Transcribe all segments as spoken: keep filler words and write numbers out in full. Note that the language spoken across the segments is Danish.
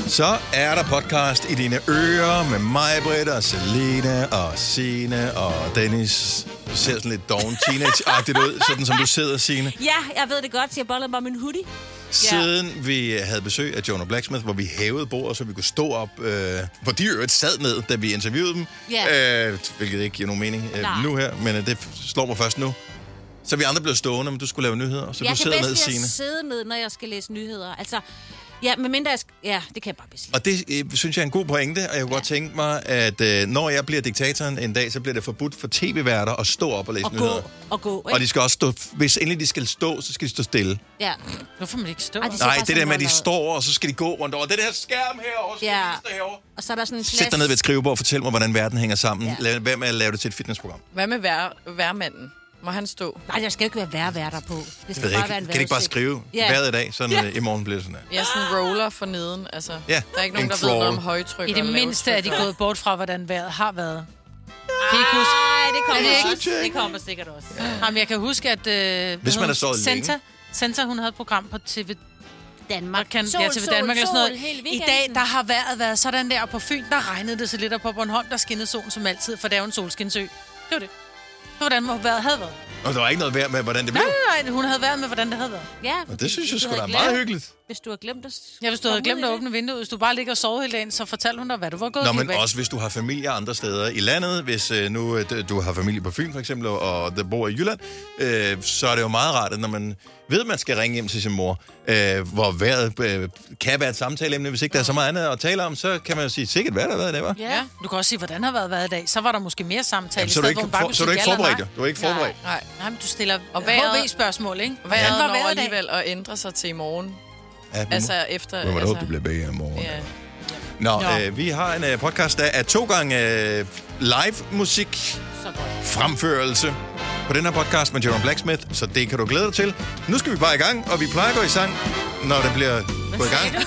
Så er der podcast i dine ører med mig, Britt, og Selene, og Signe, og Dennis. Du ser sådan lidt doven teenage-agtigt ud, sådan som du sidder, Signe. Ja, jeg ved det godt, så jeg bollede bare min hoodie. Siden ja. vi havde besøg af Jonah Blacksmith, hvor vi hævede bordet, så vi kunne stå op, øh, hvor de øvrigt sad ned, da vi interviewede dem. Ja. Øh, hvilket ikke giver nogen mening øh, nu her, men øh, det slår mig først nu. Så vi andre blev stående, men du skulle lave nyheder, så jeg du sidder ned, Signe. Jeg kan bedst lide at sidde ned, når jeg skal læse nyheder. Altså, ja, medmindre jeg skal... Ja, det kan jeg bare bedst lide. Og det øh, synes jeg er en god pointe, og jeg kunne ja. godt tænke mig, at øh, når jeg bliver diktatoren en dag, så bliver det forbudt for tv-værter at stå op og læse og nyheder. Gå, og gå, ikke? Og de skal også stå... Hvis endelig de skal stå, så skal de stå stille. Ja. Hvorfor må de ikke stå? Ej, det Nej, det der med, at de står, og så skal de gå rundt over. Det der skærm herovre, så ja. herovre. Og så er der sådan en plads... Sæt dig ned ved et skrivebord og fortæl mig, hvordan verden hænger sammen. Ja. Lad være med at lave det til et fitnessprogram. Hvad med vær, værmanden? Må han stå? Nej, der skal jo ikke være værværter på. Det skal det bare ikke. være en Kan de ikke bare skrive ja. vejret i dag, sådan ja. uh, i morgen bliver det sådan her? Ja, sådan en roller for neden. Altså, ja. Der er ikke nogen, en der crawl. ved noget om højtryk. I det mindste er de gået bort fra, hvordan vejret har været. Nej, det kommer, det, også. det kommer sikkert også. Ja. Jamen, jeg kan huske, at øh, hvis man er stået Senta, længe. Senta, hun havde et program på T V Danmark. Kan, sol, ja, T V sol, Danmark sol, eller sådan sol, noget. I dag, der har vejret været sådan der, og på Fyn, der regnede det så lidt, og på Bornholm, der skinnede solen som altid, for det er jo en solskinsø. Det var det. Det var, hvordan vejret havde været. Og der var ikke noget værd med, hvordan det blev? Nej, nej, hun havde været med, hvordan det havde været. Ja, og det synes jeg sgu da er meget hyggeligt. Hvis du har glemt at... Ja, hvis du havde glemt at åbne vinduet, hvis du bare ligger og sover hele dagen, så fortalte hun dig, hvad du var gået Nå, glip men af. også hvis du har familie andre steder i landet, hvis øh, nu øh, du har familie på Fyn for eksempel, og der bor i Jylland, øh, så er det jo meget rart, at når man ved, at man skal ringe hjem til sin mor, øh, hvor vejret øh, kan være et samtaleemne, hvis ikke der er så meget andet at tale om, så kan man jo sige, sikkert hvad der har været i dag, var. Ja, du kan også sige, hvordan har været været i dag. Så var der måske mere samtale. Jamen, så er du ikke, for, så er du ikke forberedt, jo. Du er ikke forberedt. Nej, nej. nej men du stiller og H V-spørgsmål, ikke? Vejret Hvordan var når vejret i dag? alligevel at ændre sig til i morgen. Ja, altså efter... Må man altså, håbe, det bliver bedre i morgen. Ja. Nå, Nå. Øh, vi har en øh, podcast, der er to gange øh, live-musik fremførelse på den her podcast med Jonah Blacksmith, så det kan du glæde dig til. Nu skal vi bare i gang, og vi plejer at gå i sang, når der bliver gået i gang.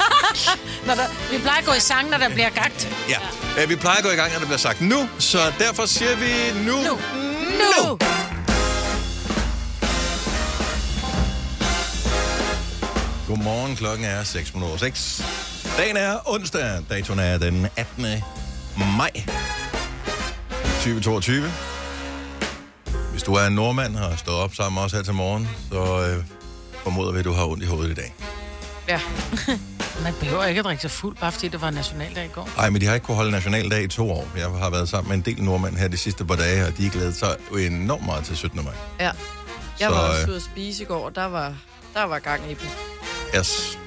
når der, vi plejer at gå i sang, når der bliver gagt. Ja, ja. Øh, vi plejer at gå i gang, når der bliver sagt nu, så derfor siger vi nu. Nu. Nu. nu. Godmorgen, klokken er seks minutter over seks. Dagen er onsdag, datoen er den attende maj tyve toogtyve. Hvis du er en nordmand og har stået op sammen med os her til morgen, så øh, formoder vi, at du har ondt i hovedet i dag. Ja. Man behøver ikke at drikke sig fuld, bare fordi det var nationaldag i går. Nej, men de har ikke kunnet holde nationaldag i to år. Jeg har været sammen med en del nordmænd her de sidste par dage, og de har glædet sig enormt meget til syttende maj. Ja. Jeg så, var også ude at spise i går, og der var, der var gang i dem. Yes.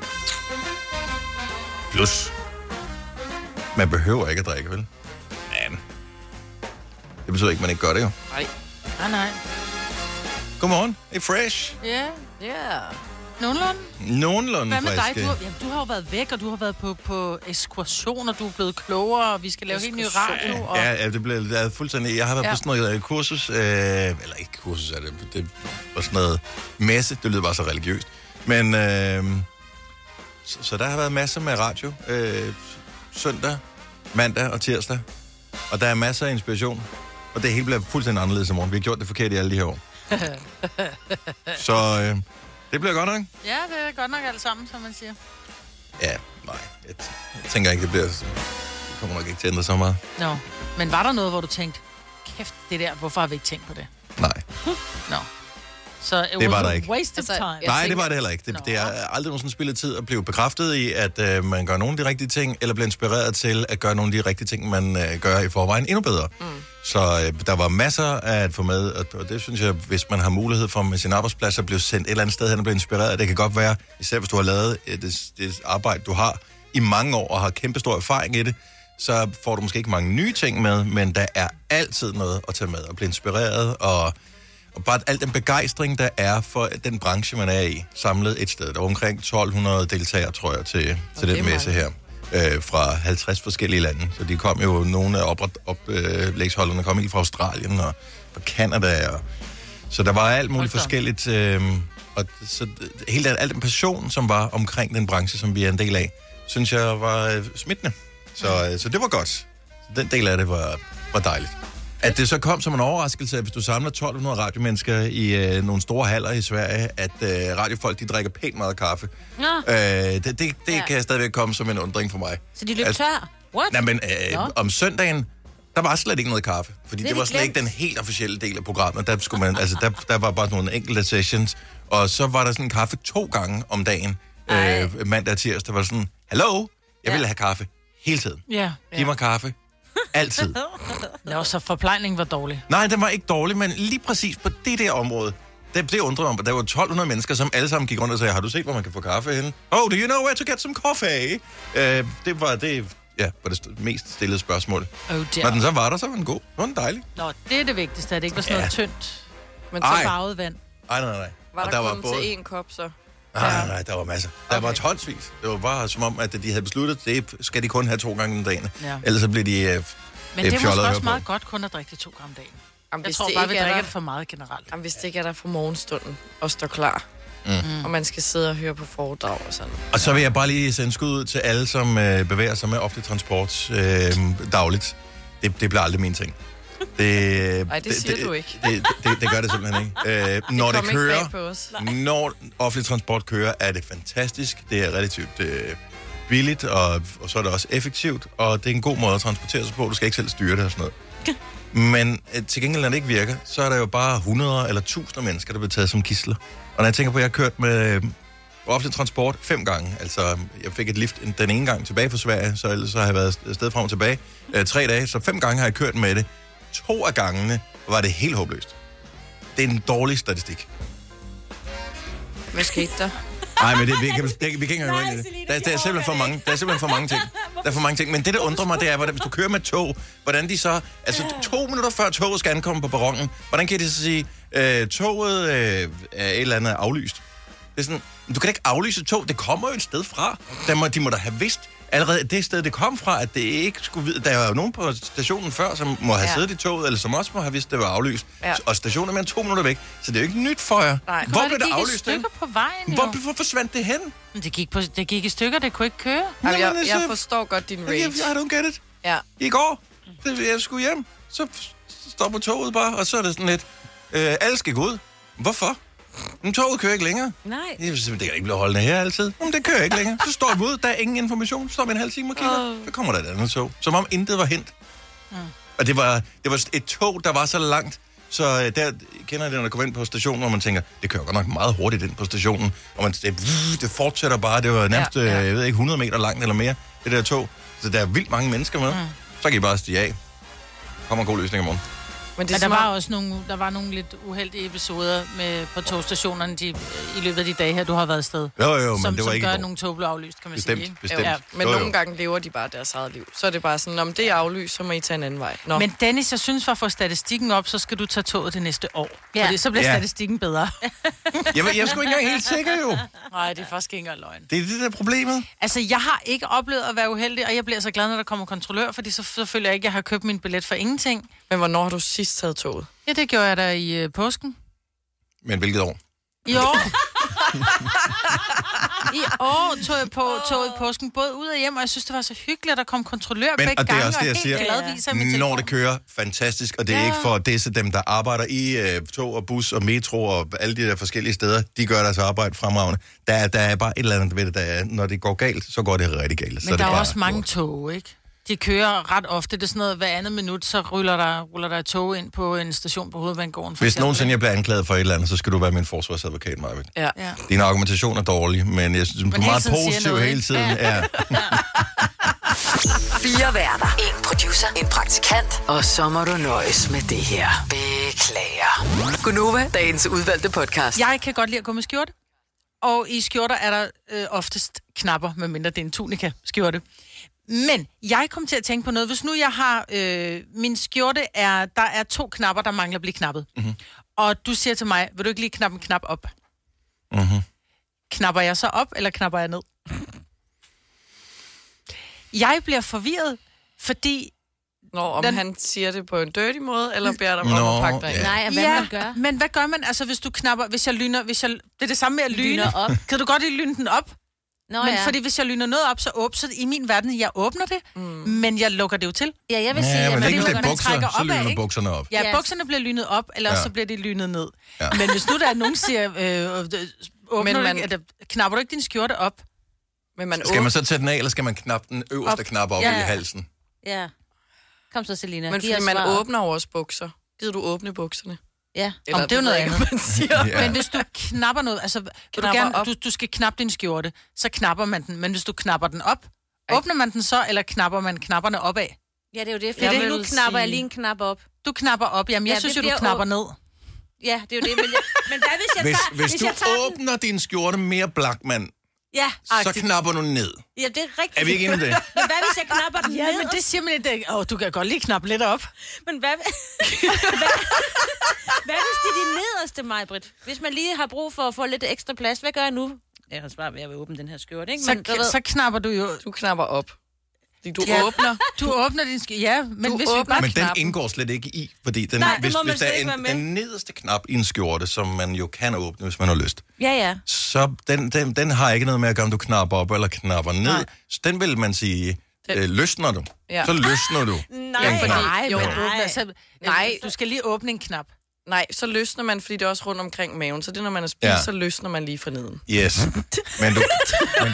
Plus, man behøver ikke at drikke, vel? Men det betyder ikke, at man ikke gør det, jo. Nej. Nej, nej. Godmorgen. Det er fresh. Ja. Ja. Nogenlunde. Nogenlunde Hvad med dig? friske. Du har, jamen, du har jo været væk, og du har været på, på ekskursion, og du er er klogere, og vi skal lave helt ny radio. Og... Ja, ja, det blev det er fuldstændig... Jeg har været ja. på sådan noget kursus, øh, eller ikke kursus, er det, det var sådan noget messe. Det lyder bare så religiøst. Men, øh, så, så der har været masser med radio. Øh, søndag, mandag og tirsdag. Og der er masser af inspiration. Og det hele bliver fuldstændig anderledes i morgen. Vi har gjort det forkert i alle de her år. Så øh, det bliver godt nok. Ja, det er godt nok alt sammen, som man siger. Ja, nej. Jeg, jeg tænker ikke, det bliver... Det kommer nok ikke til at ændre så meget. Nå, men var der noget, hvor du tænkte, kæft, det der, hvorfor har vi ikke tænkt på det? Nej. Nå. Så det var der ikke. Waste of altså, time. Nej, tænker... det var det heller ikke. Det, det er aldrig nogensinde spillet tid at blive bekræftet i, at øh, man gør nogle af de rigtige ting, eller bliver inspireret til at gøre nogle af de rigtige ting, man øh, gør i forvejen endnu bedre. Mm. Så øh, der var masser at få med, og, og det synes jeg, hvis man har mulighed for med sin arbejdsplads at blive sendt et eller andet sted hen og blive inspireret, det kan godt være, især hvis du har lavet det, det arbejde, du har i mange år, og har kæmpe stor erfaring i det, så får du måske ikke mange nye ting med, men der er altid noget at tage med, og blive inspireret, og Og bare al den begejstring, der er for den branche, man er i, samlet et sted. Der var omkring tolv hundrede deltagere, tror jeg, til, til den messe her. Øh, fra halvtreds forskellige lande. Så de kom jo, nogle af oplægsholderne op, øh, kom helt fra Australien og fra Canada. Og, så der var alt muligt forskelligt. Øh, og så helt al den passion, som var omkring den branche, som vi er en del af, synes jeg var øh, smittende. Så, øh, så det var godt. Så den del af det var, var dejligt. At det så kom som en overraskelse, at hvis du samler tolv hundrede radiomennesker i øh, nogle store haller i Sverige, at øh, radiofolk, de drikker pænt meget kaffe. Nå. Øh, det det, det Ja. kan stadigvæk komme som en undring for mig. Så de løb Altså- tør? What? Nej, men øh, Nå. om søndagen, der var slet ikke noget kaffe. Fordi Det det, er var de slet ikke glemt. den helt officielle del af programmet. Der, skulle man, altså, der, der var bare nogle enkelte sessions. Og så var der sådan en kaffe to gange om dagen. Øh, mandag og tirsdag var sådan, hallo, jeg Ja. vil have kaffe hele tiden. Ja. Giv mig kaffe. Altid. Nå, så forplejningen var dårlig. Nej, den var ikke dårlig, men lige præcis på det der område, det, det undrede mig. Der var tolv hundrede mennesker, som alle sammen gik rundt og sagde, har du set, hvor man kan få kaffe henne? Oh, do you know where to get some coffee? Øh, det var det, ja, var det st- mest stillede spørgsmål. Oh, Når dear. den så var der, så var den god. Så var den dejlig. Nå, det er det vigtigste, at det ikke var sådan noget Ja. tyndt, Men Ej. så farvet vand. Ej, nej, nej. var Og der, var kun både- til én kop, så. Nej, nej, nej, der var masser. Der Okay. var tonsvis. Det var bare som om, at de havde besluttet, det skal de kun have to gange om dagen. Ja. Ellers så bliver de øh, Men det er fjollet måske at også høre meget på. godt kun at drikke det to gange om dagen. Jamen, Jeg hvis tror det bare, ikke vi er drikker der, det for meget generelt. jamen, hvis det ikke er der for morgenstunden og står klar, mm. og man skal sidde og høre på foredrag og sådan. Og så vil jeg bare lige sende skud ud til alle, som øh, bevæger sig med offentlig transport øh, dagligt. Det, det bliver aldrig min ting. Det, Ej, det siger du ikke. Det, det, det gør det simpelthen ikke. Øh, når det Kom ikke kører, bag på os. når offentlig transport kører, er det fantastisk. Det er relativt øh, billigt, og, og så er det også effektivt, og det er en god måde at transportere sig på. Du skal ikke selv styre det og sådan noget. Men øh, til gengæld, når det ikke virker, så er der jo bare hundrede eller tusinder mennesker, der bliver taget som gidsler. Og når jeg tænker på, at jeg har kørt med øh, offentlig transport fem gange, altså jeg fik et lift den ene gang tilbage fra Sverige, så ellers så har jeg været afsted frem og tilbage øh, tre dage, så fem gange har jeg kørt med det. To af gangene var det helt håbløst. Det er en dårlig statistik. Hvad skete der? Nej, men det, vi, kan, det, vi kan ikke engang gå ind i det. Der, der, er simpelthen for mange, der er simpelthen for mange ting. Der er for mange ting. Men det, der undrer mig, det er, hvordan, hvis du kører med tog, hvordan de så... Altså, to minutter før toget skal ankomme på perronen, hvordan kan de så sige, øh, toget øh, er et eller andet aflyst? Det er sådan, du kan da ikke aflyse tog. Det kommer jo et sted fra. Der må, de må da have vidst allerede det sted, det kom fra, at det ikke skulle vide. Der er jo nogen på stationen før, som må have Ja. siddet i toget, eller som også må have vidst, at det var aflyst. Ja. Og stationen er mere end to minutter væk, så det er jo ikke nyt for jer. Nej. Hvor Hvor blev det det gik i aflyst hen? stykker på vejen, jo. Hvor, hvor forsvandt det hen? Men det gik, på, det gik i stykker, det kunne ikke køre. Jamen, jeg, Jamen, jeg så- forstår godt din I, rage. I don't get it. Ja. I går, det, jeg skulle hjem, så stopper toget bare, og så er det sådan lidt, øh, alle skal gå ud. Hvorfor? Men toget kører ikke længere. Nej. Det, er simpelthen- det kan ikke blive holdende her altid. Men det kører ikke længere. Så står vi ud, der er ingen information. Så står vi en halv time og kigger. Så kommer der et andet tog. Som om intet var hent. Og det var, det var et tog, der var så langt, så øh, der kender jeg det, når der kommer ind på stationen, hvor man tænker, det kører godt nok meget hurtigt ind på stationen. Og man, det, det fortsætter bare. Det var nærmest, Ja, ja. øh, jeg ved ikke, hundrede meter langt eller mere, det der tog. Så der er vildt mange mennesker med. Mm. Så kan I bare stige af. Kommer en god løsning i morgen. Men det er Men der som var om, også nogle, der var nogle lidt uheldige episoder med, på togstationerne de, i løbet af de dage her, du har været afsted. Jo, jo, men som, det var som ikke gør, i at går. nogle tog blev aflyst, kan man Bestemt, sige. Ikke? bestemt. ja, men Jo, jo. nogle gange lever de bare deres eget liv. Så er det bare sådan, om det er aflyst, så må I tage en anden vej. Nå. Men Dennis, jeg synes, for at få statistikken op, så skal du tage toget det næste år. Ja. Fordi så bliver Ja. statistikken bedre. Jeg, jeg er sgu ikke engang helt sikker, jo. Nej, det er faktisk ikke engang løgn. Det er det der problemet. Altså, jeg har ikke oplevet at være uheldig, og jeg bliver så glad, når der kommer kontrollør, fordi så, så føler jeg ikke, at jeg har købt min billet for ingenting. Men hvornår har du sidst taget toget? Ja, det gjorde jeg da i øh, påsken. Men hvilket år? I år. I år tog jeg på toget i påsken, både ud og hjem, og jeg synes, det var så hyggeligt, at der kom kontrollør Men- begge og det er gange, også det, jeg og siger. helt glad viser min Når telefon. det kører, fantastisk. Og det er Ja. ikke for at disse dem, der arbejder i øh, tog og bus og metro og alle de der forskellige steder. De gør deres arbejde fremragende. Der, er- der er bare et eller andet ved det, der er, når det går galt, så går det rigtig galt. så Men er der det er bare også mange lort. tog, ikke? De kører ret ofte. Det er sådan noget, hver andet minut, så ruller der, ruller der et tog ind på en station på Hovedbanegården. for Hvis eksempel, nogensinde ikke? jeg bliver anklaget for et eller andet, så skal du være min forsvarsadvokat, Marvind. Ja. Ja. Din argumentation er dårlig, men jeg synes, du er hele meget tiden siger positiv noget, hele ikke? tiden. Ja. Fire værter. En producer. En praktikant. Og så må du nøjes med det her. Beklager. Gunova, dagens udvalgte podcast. Jeg kan godt lide at gå med skjorte. Og i skjorter er der øh, oftest knapper, medmindre det er en tunika-skjorte. Men jeg kom til at tænke på noget. Hvis nu jeg har... Øh, min skjorte er... Der er to knapper, der mangler at blive knappet. Mm-hmm. Og du siger til mig, vil du ikke lige knappe en knap op? Mm-hmm. Knapper jeg så op, eller knapper jeg ned? Jeg bliver forvirret, fordi... Når om Den- han siger det på en dirty måde, eller beder dig om Nå, at pakke dig ind. ja. Nej, og hvad man gør. men hvad gør man, altså hvis du knapper... Hvis jeg lyner... Hvis jeg, det er det samme med at lyne. Lyner op. Kan du godt lige lyne den op? Nå, men ja. fordi hvis jeg lyner noget op, så åbner det i min verden. Jeg åbner det, mm. men jeg lukker det jo til. Ja, jeg vil sige, Ja, at men det er man ikke, lukker det er den. bukser, trækker så opad, lyner ikke? bukserne op. Ja, Ja. bukserne bliver lynet op, eller Ja. så bliver de lynet ned. Ja. Ja. Men hvis nu der er nogen, der siger, øh, øh, åbner Men du man- ikke, eller, knapper du ikke din skjorte op? Men man Skal man så tage den af, eller skal man knappe den øverste Op. knap op Ja. i halsen? Ja. Kom så, Selina. Men Giv fordi os man svaret. åbner over bukser. Gider du åbne bukserne? Ja. Om det er jo noget andet. Man siger. Ja. Men hvis du knapper noget, altså vil du, Knapper gerne, op. du, du skal knappe din skjorte, så knapper man den. Men hvis du knapper den op, åbner man den så, eller knapper man knapperne opad? Ja, det er jo det. For Jeg det, nu vil knapper jeg sige- lige en knap op. Du knapper op. Jamen, jeg Ja, ja, synes det jo, du bliver knapper åb- ned. Ja, det er jo det. Men, jeg, men hvad hvis jeg Hvis, tager, hvis du jeg tager den? åbner din skjorte mere Blackman, Ja, så agtigt. knapper du ned. Ja, det er rigtigt. Er vi ikke enige om det? Men hvad hvis jeg knapper den Ja, ned? men det siger man ikke. Åh, du kan godt lige knappe lidt op. Men hvad, hvad, hvad hvis det er de nederste, Maj-Brit? Hvis man lige har brug for at få lidt ekstra plads, hvad gør jeg nu? Jeg har svært ved at åbne den her skjorte, ikke? Så, Men, du ved, så knapper du jo... Du knapper op. Fordi du Ja. åbner. Du åbner din skjorte. Ja, men Du hvis vi åbner bare... Men den knappen. indgår slet ikke i, fordi den, Nej, det hvis, må man hvis der slet er ikke være en, med. den nederste knap i en skjorte, som man jo kan åbne, hvis man har lyst, ja, ja. så den, den, den har ikke noget med at gøre, om du knapper op eller knapper ned. Nej. Så den vil man sige, øh, løsner du. Ja. Så løsner du. Nej, Den knap. Nej, Jo. men Nej. åbner, så, Nej. Du skal lige åbne en knap. Nej, så løsner man, fordi det er også rundt omkring maven. Så det, når man er spist, Ja. ja. så løsner man lige for neden. Yes. Men du, men du...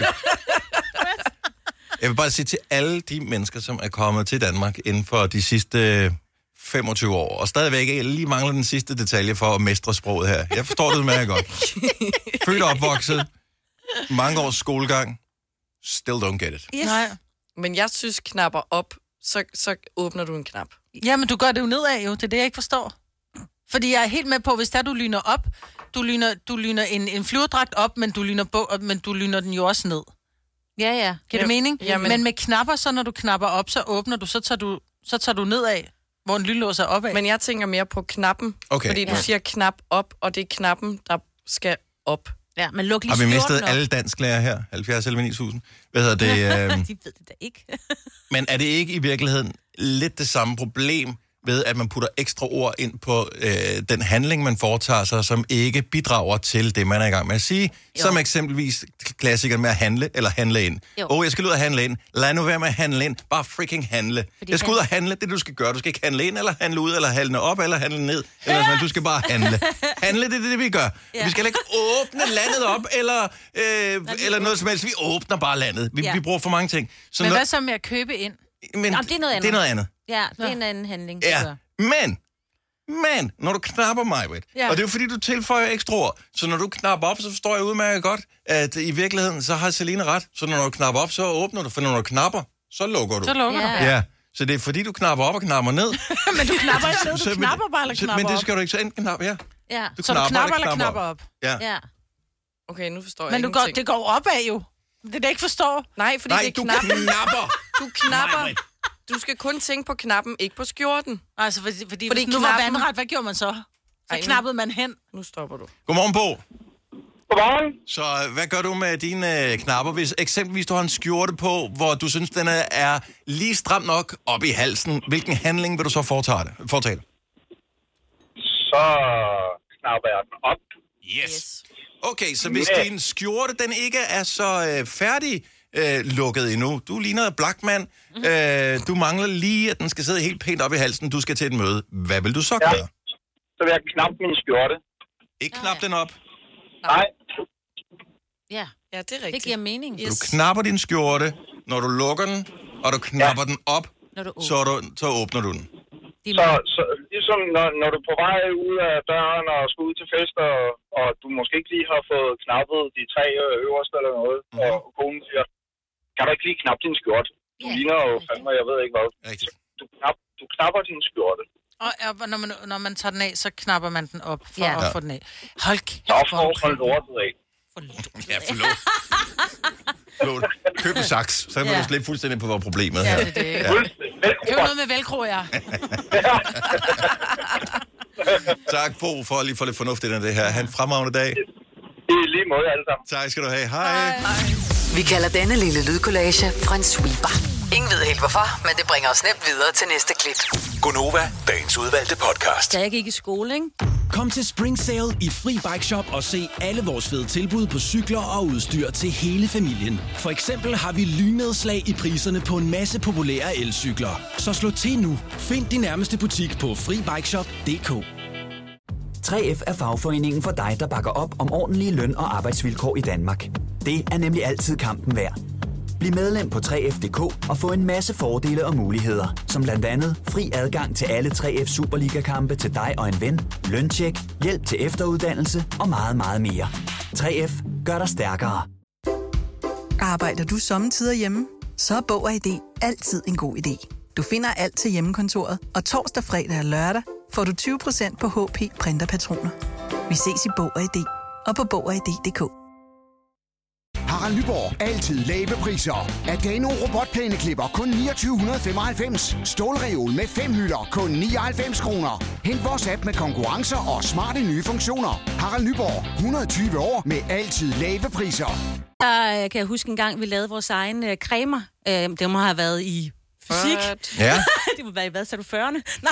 Jeg vil bare sige til alle de mennesker, som er kommet til Danmark inden for de sidste femogtyve år, og stadigvæk lige mangler den sidste detalje for at mestre sproget her. Jeg forstår det meget godt. Født og opvokset, mange års skolegang, still don't get it. Yes. Nej. Men jeg synes, knapper op, så, så åbner du en knap. Ja, men du gør det jo nedad jo. Det er det, jeg ikke forstår. Fordi jeg er helt med på, hvis der du lyner op, du lyner, du lyner en, en flyverdragt op, men du, lyner bo, men du lyner den jo også ned. Ja, ja. Giver det mening? Jamen- Men... men med knapper, så når du knapper op, så åbner du, så tager du, så tager du nedad, hvor en lynlås er opad. Men jeg tænker mere på knappen. Okay. Fordi du Ja. siger knap op, og det er knappen, der skal op. Ja, men luk lige Har vi skjorten mistet op. alle dansklærer her? halvfjerds elleve ni tusind. Hvad hedder det? Øh... De ved det da ikke. Men er det ikke i virkeligheden lidt det samme problem ved, at man putter ekstra ord ind på øh, den handling, man foretager sig, som ikke bidrager til det, man er i gang med at sige? Jo. Som eksempelvis klassikeren med at handle eller handle ind. Jo. Åh, oh, jeg skal ud og handle ind. Lad nu være med at handle ind. Bare freaking handle. Fordi jeg skal han- ud og handle. Det er det, du skal gøre. Du skal ikke handle ind, eller handle ud, eller handle op, eller handle ned. Eller sådan. Du skal bare handle. Handle, det er det, vi gør. Ja. Vi skal heller ikke åbne landet op, eller, øh, Nej, vi eller noget som helst. Vi åbner bare landet. Vi, Ja. vi bruger for mange ting. Så Men når- hvad så med at købe ind? men Jamen, det er noget Det er andet. noget andet. Ja, det er en anden handling. du Ja, gør. men, men, når du knapper mig, Ja. og det er jo fordi, du tilføjer ekstra ord, så når du knapper op, så forstår jeg udmærket godt, at i virkeligheden, så har Selina ret. Så når du knapper op, så åbner du, for når du knapper, så lukker du. Så lukker Ja. du. Ja, så det er fordi, du knapper op og knapper ned. Men du knapper ikke ned, du Så- men- knapper bare eller så- knapper Men det op. skal du ikke, så enten knapper, ja. Ja, Du Så du knapper eller knapper op. Ja. ja. Okay, nu forstår jeg Men du går, ingenting. det går opad jo. Det er det, jeg ikke forstår. Nej, fordi Nej, det er du knappen. knapper. Du knapper. Maj-Brit. Du skal kun tænke på knappen, ikke på skjorten. Altså, fordi, fordi, Fordi fordi hvis nu var knappen- vandret, hvad gjorde man så? Så Ej, nu- knappede man hen. Nu stopper du. Godmorgen, Bo. Godmorgen. Så øh, hvad gør du med dine øh, knapper, hvis eksempelvis du har en skjorte på, hvor du synes, den er, er lige stram nok op i halsen? Hvilken handling vil du så foretage det? Foretage? Så knapper jeg den op. Yes. Okay, så hvis Ja. din skjorte, den ikke er så øh, færdig øh, lukket endnu, du ligner Blackman, Mhm. øh, du mangler lige, at den skal sidde helt pænt op i halsen, du skal til et møde. Hvad vil du så Ja. gøre? Så vil jeg knappe min skjorte. Ikke Nå, knap ja. den op. Nej. Ja, Ja, det er rigtigt. det giver mening. Du knapper din skjorte, når du lukker den, og du knapper ja. den op, Når du så, du, så åbner du den. De Så, så ligesom når, når du er på vej ud af døren og skal ud til fest, og, og du måske ikke lige har fået knappet de tre øverste eller noget, Mhm. og konen siger, kan du ikke lige knappe din skjorte? Du Ja. ligner jo fandme, jeg ved ikke hvad. Rigtigt. Du, knap, du knapper din skjorte. Og, og når, man, når man tager den af, så knapper man den op for Ja. at få den af. Hold kæft, Så hvor er du får man kringlet. lortet af. Ja, forlåt. Forlåt. Køb en saks, så vil Ja. du slippe fuldstændig på, hvad problemet Ja, er. det er det. Ja. Køb noget med velcro, ja. Tak, Bo, for at lige få lidt fornuftigt af det her. Ha' en fremragende dag. I lige måde alle sammen. Tak skal du have. Hej. Vi kalder denne lille lydkollage en sweeper. Ingen ved helt hvorfor, men det bringer os nemt videre til næste klip. Gonova, dagens udvalgte podcast. Da jeg gik i skole, ikke? Kom til Spring Sale i Fri Bike Shop og se alle vores fede tilbud på cykler og udstyr til hele familien. For eksempel har vi lynedslag i priserne på en masse populære elcykler. Så slå til nu. Find din nærmeste butik på fri bike shop punktum d k. tre F er fagforeningen for dig, der bakker op om ordentlige løn- og arbejdsvilkår i Danmark. Det er nemlig altid kampen værd. Bliv medlem på tre F punktum d k og få en masse fordele og muligheder, som blandt andet fri adgang til alle tre F Superliga-kampe til dig og en ven, løntjek, hjælp til efteruddannelse og meget, meget mere. tre F gør dig stærkere. Arbejder du sommetider hjemme? Så er Bog og I D altid en god idé. Du finder alt til hjemmekontoret, og torsdag, fredag og lørdag får du tyve procent på H P printerpatroner. Vi ses i Bog og I D og på bog og i d punktum d k. Harald Nyborg. Altid lave priser. Adano robotplæneklipper kun niogtyve femoghalvfems. Stålreol med fem hylder kun nioghalvfems kroner. Hent vores app med konkurrencer og smarte nye funktioner. Harald Nyborg. hundrede og tyve år med altid lave priser. Der kan jeg huske en gang, vi lavede vores egen øh, cremer. Øh, det må have været i fysik. Ja. Det må være i hvad, så er du fyrrerne? Nej.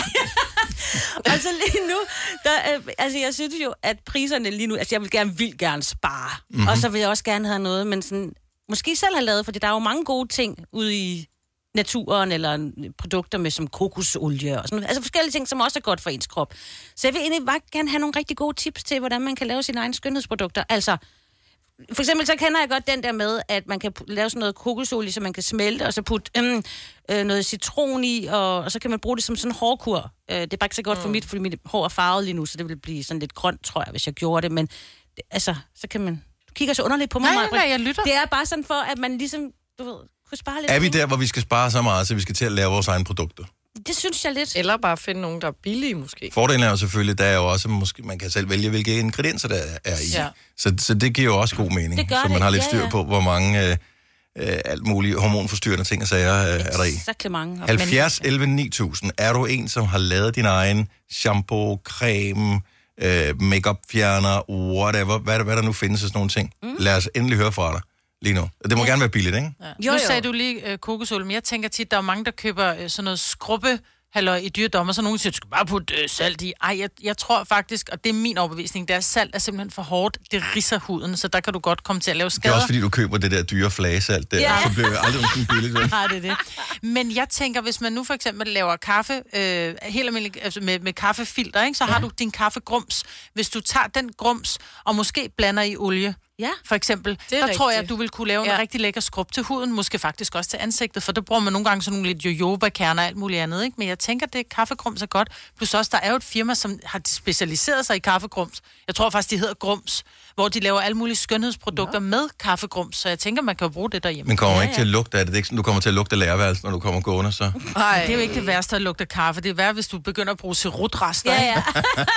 Og så lige nu, der, øh, altså jeg synes jo, at priserne lige nu, altså jeg vil gerne, vil gerne spare. Mm-hmm. Og så vil jeg også gerne have noget, men sådan, måske selv have lavet, fordi der er jo mange gode ting ude i naturen, eller produkter med som kokosolie og sådan noget. Altså forskellige ting, som også er godt for ens krop. Så jeg vil egentlig bare gerne have nogle rigtig gode tips til, hvordan man kan lave sine egne skønhedsprodukter. Altså, for eksempel så kender jeg godt den der med, at man kan lave sådan noget kokosolie, så man kan smelte, og så putte øhm, øh, noget citron i, og, og så kan man bruge det som sådan en hårkur. Øh, det er bare ikke så godt mm. for mit, fordi mit hår er farvet lige nu, så det vil blive sådan lidt grønt, tror jeg, hvis jeg gjorde det. Men det, altså, så kan man... Du kigger så underligt på mig, Nej, nej, jeg lytter. Det er bare sådan for, at man ligesom, du ved, kunne spare lidt. Er vi der, hvor vi skal spare så meget, så vi skal til at lave vores egne produkter? Det synes jeg lidt. Eller bare finde nogen, der er billige, måske. Fordelen er jo selvfølgelig, der er jo også, måske man kan selv vælge, hvilke ingredienser der er i. Ja. Så, så det giver jo også god mening. Det gør så man det. har lidt Ja, styr ja. på, hvor mange øh, øh, alt mulige hormonforstyrrende ting og sager øh, er der i. Så mange. halvfjerds elleve ni tusind. Er du en, som har lavet din egen shampoo, creme, øh, make-up-fjerner, whatever, hvad, hvad der nu findes af sådan nogle ting? Mm. Lad os endelig høre fra dig lige nu. Det må ja. gerne være billigt, ikke? Ja. Jo, nu sagde du lige øh, kokosolie, men jeg tænker tit, der er mange, der køber øh, sådan noget skrubbe halløj i dyredommer, så nogen siger, du skal bare putte øh, salt i. Ej, jeg, jeg tror faktisk, og det er min overbevisning, det er salt er simpelthen for hårdt. Det ridser huden, så der kan du godt komme til at lave skader. Det er også fordi, du køber det der dyre flagesalt der, Ja. så bliver det aldrig sådan billigt. Vel? Nej, det er det. Men jeg tænker, hvis man nu for eksempel laver kaffe, øh, helt almindelig, altså med, med kaffefilter, ikke, så ja. har du din kaffegrums. Hvis du tager den grums og måske blander i olie, ja. for eksempel, Det der er tror rigtigt. jeg, at du vil kunne lave Ja. en rigtig lækker skrub til huden, måske faktisk også til ansigtet, for der bruger man nogle gange sådan nogle lidt jojoba-kerner og alt muligt andet, ikke? Men jeg tænker, det kaffegrums er godt. Plus også, der er jo et firma, som har specialiseret sig i kaffegrums. Jeg tror faktisk, de hedder Grums, hvor de laver alle mulige skønhedsprodukter ja. med kaffegrums, så jeg tænker, man kan jo bruge det derhjemme. Men kommer ja, ikke ja. til at lugte af det. Det er ikke sådan, du kommer til at lugte af lærerværelsen, når du kommer gående, så... Ej. Det er jo ikke det værste at lugte kaffe. Det er værre, hvis du begynder at bruge cerutrester. Ja, ja.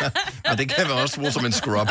Men det kan vi også bruge som en scrub.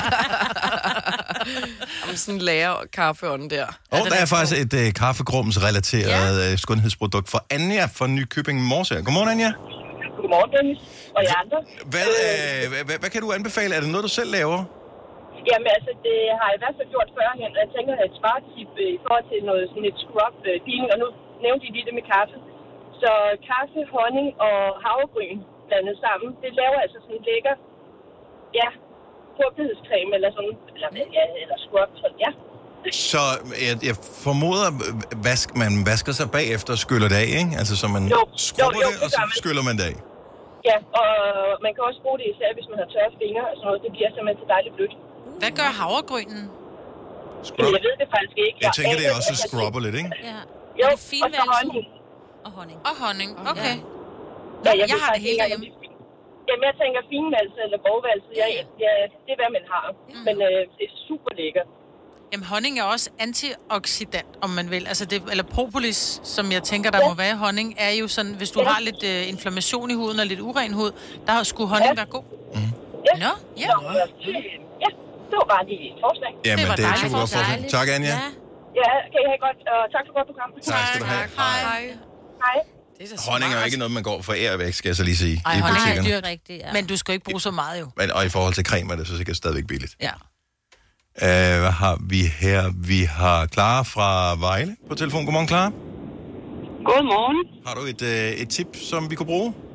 Om sådan en lærer kaffeånd der. Og der er faktisk et uh, kaffegrums-relateret ja. uh, skønhedsprodukt fra Anja fra Nykøbing Mors. Godmorgen, Anja. Godmorgen, Dennis. Og jer andre. Hvad, øh, hvad, hvad, hvad kan du anbefale? Er det noget, du selv laver? Jamen, altså, det har jeg i hvert fald gjort førhen. Jeg tænker, at et spartip øh, i forhold til noget sådan et scrub-peeling, og nu nævnte I lige det med kaffe. Så kaffe, honning og havregryn blandet sammen, det laver altså sådan en lækker, ja, fugtighedscreme eller sådan, eller, ja, eller scrub, sådan, ja. Så jeg, jeg formoder, vask, man vasker sig bagefter og skyller det af, ikke? Altså, så man jo, skrubber jo, jo, det, det og så man. skyller man det af. Ja, og man kan også bruge det især, hvis man har tørre fingre og sådan noget. Det bliver simpelthen så dejligt blødt. Hvad gør havregrynen? Scrub. Jeg ved det faktisk ikke. Jeg tænker, det er også scrubber lidt, ikke? Ja. Jo, og så honning. Og honning. Og honning, okay. Ja. Nå, Ja, jeg, jeg jeg ved har det faktisk hele ikke, derhjemme. Jamen, jeg tænker finvalse eller borgvalse. Ja, ja, det er, hvad man har. Mm. Men øh, det er super lækkert. Jamen, honning er også antioxidant, om man vil. Altså det, eller propolis, som jeg tænker, der ja. må være i honning, er jo sådan, hvis du ja. har lidt øh, inflammation i huden og lidt uren hud, der skulle honning ja. være god. Mm. Ja. Nå, ja. Nå, ja, det var bare lige et forslag. Jamen, det, var det er super godt forslag. Tak, Anja. Ja. Ja, kan I have godt, og tak for godt program. Tak skal du have. Hej. Hej. Honning er jo ikke noget, man går for ære væk, skal jeg så lige sige. Ej, i honning er butikkerne. dyrt, rigtigt, ja. Men du skal ikke bruge så meget jo. Men, og i forhold til creme er det så sikkert stadigvæk billigt. Ja. Uh, hvad har vi her? Vi har Clara fra Vejle på telefon. Godmorgen, Clara. Godmorgen. Har du et, uh, et tip, som vi kunne bruge?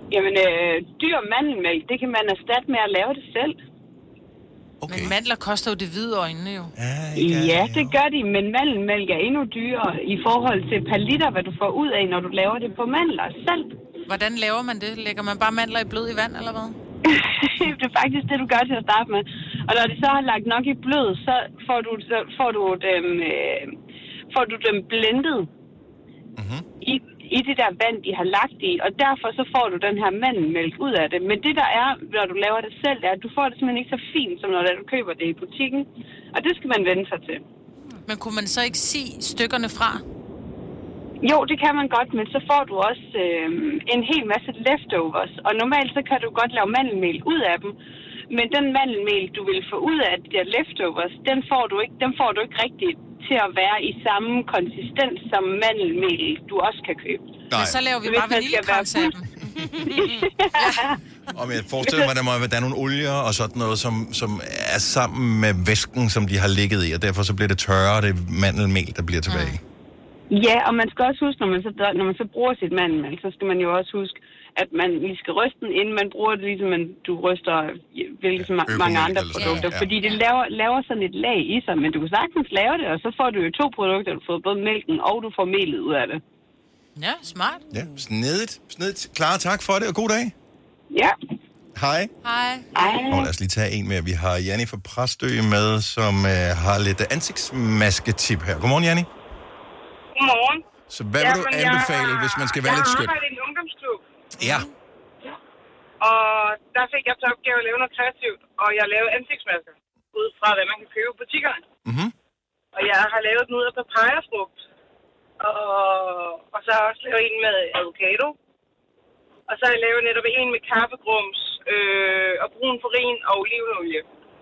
Jamen, øh, dyr mandelmælk, det kan man erstatte med at lave det selv. Okay. Men mandler koster jo det hvide øjnene jo. Ja, ja, det gør de, men mandelmælk er endnu dyrere i forhold til per liter, hvad du får ud af, når du laver det på mandler selv. Hvordan laver man det? Lægger man bare mandler i blød i vand, eller hvad? Det er faktisk det, du gør til at starte med. Og når de så har lagt nok i blød, så får du, så får du dem, øh, får du dem blendet mm-hmm. i, i det der vand, de har lagt i. Og derfor så får du den her mandelmælk ud af det. Men det der er, når du laver det selv, er, at du får det simpelthen ikke så fint, som når du køber det i butikken. Og det skal man vende sig til. Men kunne man så ikke sige stykkerne fra? Jo, det kan man godt, men så får du også øh, en hel masse leftovers. Og normalt så kan du godt lave mandelmel ud af dem. Men den mandelmel, du vil få ud af de der leftovers, den får du ikke, den får du ikke rigtig til at være i samme konsistens som mandelmel, du også kan købe. Nej. Men så laver vi bare vaniljekrans af dem. Og jeg forestiller mig, at der må være der er nogle olier og sådan noget, som, som er sammen med væsken, som de har ligget i, og derfor så bliver det tørre, og det er mandelmel, der bliver tilbage. Mm. Ja, og man skal også huske, når man så, når man så bruger sit mandelmel, så skal man jo også huske, at man lige skal ryste den, inden man bruger det, ligesom man, du ryster hvilke ja, mange andre produkter. Ja, ja. Fordi det laver, laver sådan et lag i sig, men du kan sagtens lave det, og så får du jo to produkter. Du får både mælken, og du får melet ud af det. Ja, smart. Ja, snedigt. Snedigt. Clara, tak for det, og god dag. Ja. Hej. Hej. Hej. Og lad os lige tage en mere. Vi har Janni fra Præstø med, som øh, har lidt ansigtsmasketip her. Godmorgen, Janni. Godmorgen. Så hvad vil ja, du anbefale, jeg, hvis man skal være lidt skøn? Jeg har arbejdet i en ungdomsklub. Ja. Og der fik jeg til opgave at lave noget kreativt, og jeg lavede ansigtsmasker ud fra, hvad man kan købe i butikkerne. Mm-hmm. Og jeg har lavet den ud af papayafrugt. Og, og så har jeg også lavet en med avocado. Og så har jeg lavet netop en med kaffegrums øh, og brun farin og olivenolie.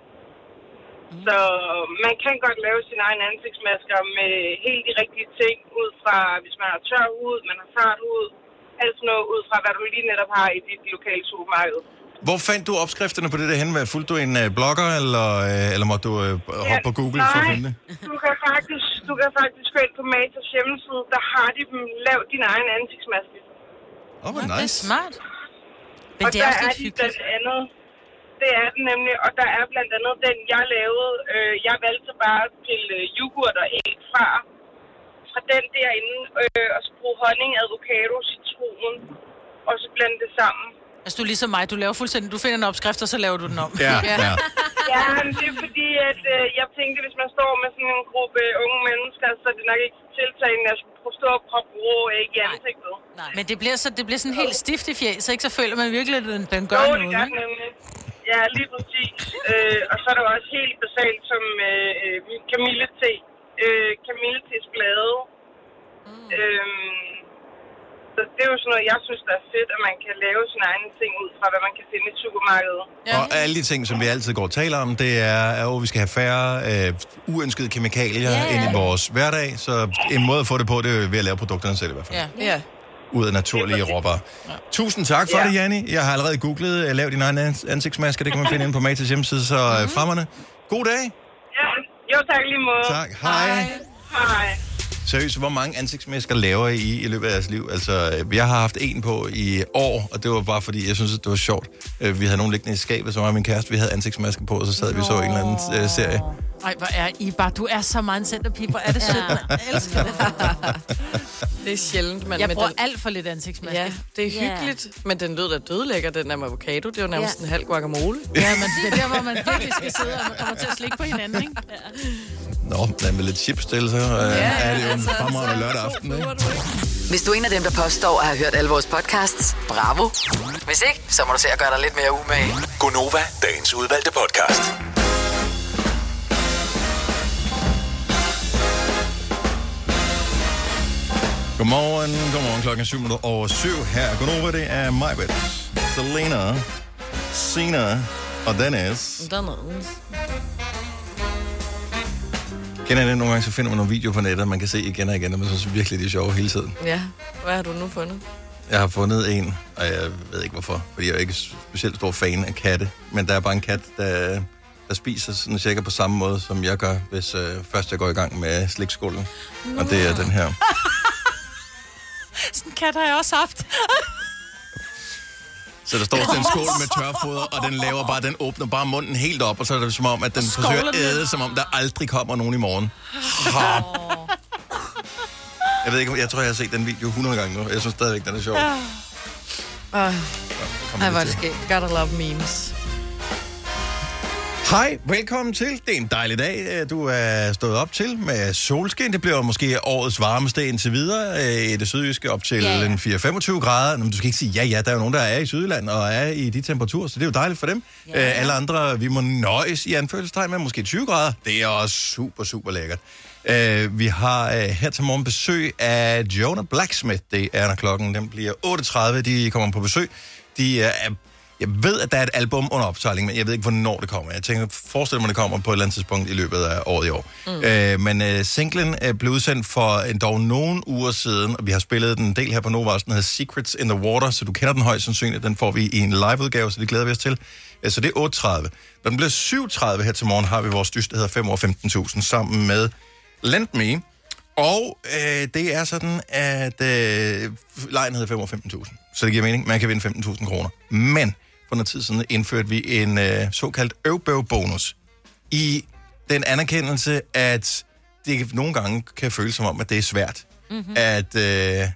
Så man kan godt lave sine egne ansigtsmasker med helt de rigtige ting, ud fra, hvis man har tør hud, man har sart hud, alt sådan noget, ud fra, hvad du lige netop har i dit lokale supermarked. Hvor fandt du opskrifterne på det der henne? Fulgte du en uh, blogger, eller, uh, eller måtte du uh, hoppe ja, på Google nej, for at finde det? du kan faktisk, du kan faktisk gå ind på Matas hjemmeside, der har de dem lavet din egen ansigtsmaske. Åh, oh, hvor nice. Det er smart. Men og det er der også er lidt de hyggeligt. blandt andet, det er den nemlig, og der er blandt andet den, jeg lavede. Øh, jeg valgte bare at pille øh, yoghurt og æg fra, fra den derinde, øh, og så bruge honning, avocado, citron, og så blande det sammen. Altså, du er ligesom mig. Du laver fuldstændig... Du finder en opskrift, og så laver du den om. Ja, ja. Ja, men det er fordi, at øh, jeg tænkte, hvis man står med sådan en gruppe unge mennesker, så er det nok ikke tiltagende at skulle stå og proppe rå æg i ansigtet. Nej. Men det bliver, så, det bliver sådan helt stift i fjæs, ikke? Så føler man virkelig, at den, den gør jo, noget, det gør nemlig. Ja, lige præcis. øh, og så er der også helt basalt som øh, kamillete, øh, kamilletes blade. Mm. Øhm, så det er jo sådan noget, jeg synes, der er fedt, at man kan lave sine egne ting ud fra, hvad man kan finde i supermarkedet. Ja. Og alle de ting, som vi altid går og taler om, det er, at vi skal have færre øh, uønskede kemikalier yeah. ind i vores hverdag. Så en måde at få det på, det er ved at lave produkterne selv i hvert fald. Ja. Ja. Ud af naturlige råvarer. Ja. Tusind tak for ja. det, Janni. Jeg har allerede googlet, uh, lav din egen ansigtsmasker. Det kan man finde inde på Matas hjemmeside, så uh, fremmerne. God dag. Ja, jo tak lige måde. Tak. Hej. Hej. Hej. Seriøst, hvor mange ansigtsmasker laver I i løbet af jeres liv? Altså, jeg har haft en på i år, og det var bare fordi, jeg synes, det var sjovt. Vi havde nogen liggende i skabet, som var min kæreste. Vi havde ansigtsmasker på, og så sad vi så en eller anden uh, serie. Ej, hvor er I bare... Du er så meget en centerpige. Hvor er det sødt, man elsker det. Det er sjældent, men... Jeg bruger den... alt for lidt ansigtsmaske. Ja, det er hyggeligt. Yeah. Men den lød da dødlækker, den der med avocado. Det er jo nærmest yeah. en halv guacamole. Ja, men det er der, hvor man virkelig skal sidde, og man kommer til at slikke på hinanden, ikke? Ja. Nå, der er med lidt chips til, så ja, er det jo en fremragende lørdag aften, ikke? Hvis du er en af dem, der påstår at have hørt alle vores podcasts, bravo. Hvis ikke, så må du se at gøre dig lidt mere umage. Gonova, dagens udvalgte podcast. Godmorgen, godmorgen. Klokken er syv minutter over syv. Her er Gonova, det er Majbet, Selena, Sina og Dennis. Dennis. Kender I det? Nogle gange så finder man nogle videoer på nettet, man kan se igen og igen, og man synes virkelig, det er sjovt hele tiden. Ja, hvad har du nu fundet? Jeg har fundet en, og jeg ved ikke hvorfor, fordi jeg er ikke specielt stor fan af katte, men der er bare en kat, der, der spiser sådan cirka på samme måde, som jeg gør, hvis øh, først jeg går i gang med slikskålen. No. Og det er den her. Sådan en kat har jeg også haft. Så der står sådan en skål med tørfoder, og den laver bare, den åbner bare munden helt op, og så er det som om, at den forsøger at æde, som om der aldrig kommer nogen i morgen. Ha. Jeg ved ikke, jeg tror, jeg har set den video hundrede gange nu. Jeg synes stadigvæk, den er sjov. Ja. Ej, Ej hvor er det sket. Gotta love memes. Hej, velkommen til. Det er en dejlig dag, du er stået op til med solskin. Det bliver måske årets varmeste indtil videre i det sydjyske op til ja, ja. fire femogtyve grader. Men du skal ikke sige ja, ja. Der er jo nogen, der er i Sydjylland og er i de temperaturer, så det er jo dejligt for dem. Ja, ja. Alle andre, vi må nøjes i anførselstegn med måske tyve grader. Det er også super, super lækkert. Uh, vi har uh, her til morgen besøg af Jonah Blacksmith. Det er, når klokken den bliver otte tredive. De kommer på besøg. De uh, er Jeg ved, at der er et album under opsejling, men jeg ved ikke, hvornår det kommer. Jeg tænker, forestil mig, det kommer på et eller andet tidspunkt i løbet af året i år. Mm. Øh, men øh, singlen er blevet udsendt for en dog nogle uger siden, og vi har spillet den en del her på Nova, den hedder Secrets in the Water, så du kender den højst sandsynligt. Den får vi i en liveudgave, så det glæder vi os til. Så det er otte tredive. Når den bliver syv tredive her til morgen, har vi vores dyst, der hedder fem år femten tusind, sammen med Lend Me. Og øh, det er sådan, at øh, lejen hedder fem år femten tusind, så det giver mening. Man kan vinde femten tusind kroner. Men for noget tid siden indførte vi en øh, såkaldt øvbøv-bonus i den anerkendelse, at det nogle gange kan føles som om, at det er svært mm-hmm. at, øh,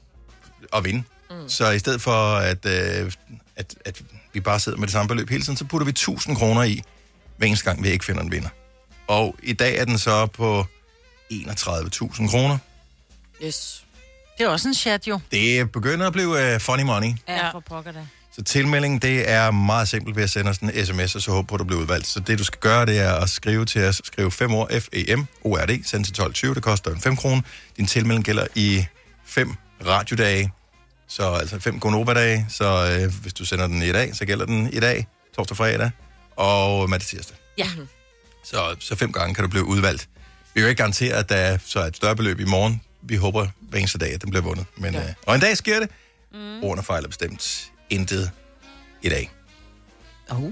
at vinde. Mm. Så i stedet for, at, øh, at, at vi bare sidder med det samme beløb hele tiden, så putter vi tusind kroner i, hver eneste gang vi ikke finder en vinder. Og i dag er den så på enogtredive tusind kroner. Yes. Det er også en chat, jo. Det begynder at blive uh, funny money. Ja, for pokker det. Så tilmeldingen, det er meget simpelt ved at sende os en sms, og så håber på, at du bliver udvalgt. Så det, du skal gøre, det er at skrive til os. Skrive fem år, F E M, O R D, send til tolv tyve. Det koster en fem kroner. Din tilmelding gælder i fem radiodage. Så altså fem Gonova-dage. Så øh, hvis du sender den i dag, så gælder den i dag, torsdag, fredag og mandag tirsdag. Ja. Så, så fem gange kan du blive udvalgt. Vi vil jo ikke garantere, at der er så et større beløb i morgen. Vi håber hver eneste dag, at den bliver vundet. Men, ja. øh, og en dag sker det. Mm. Ordene fejler bestemt intet i dag. Oh.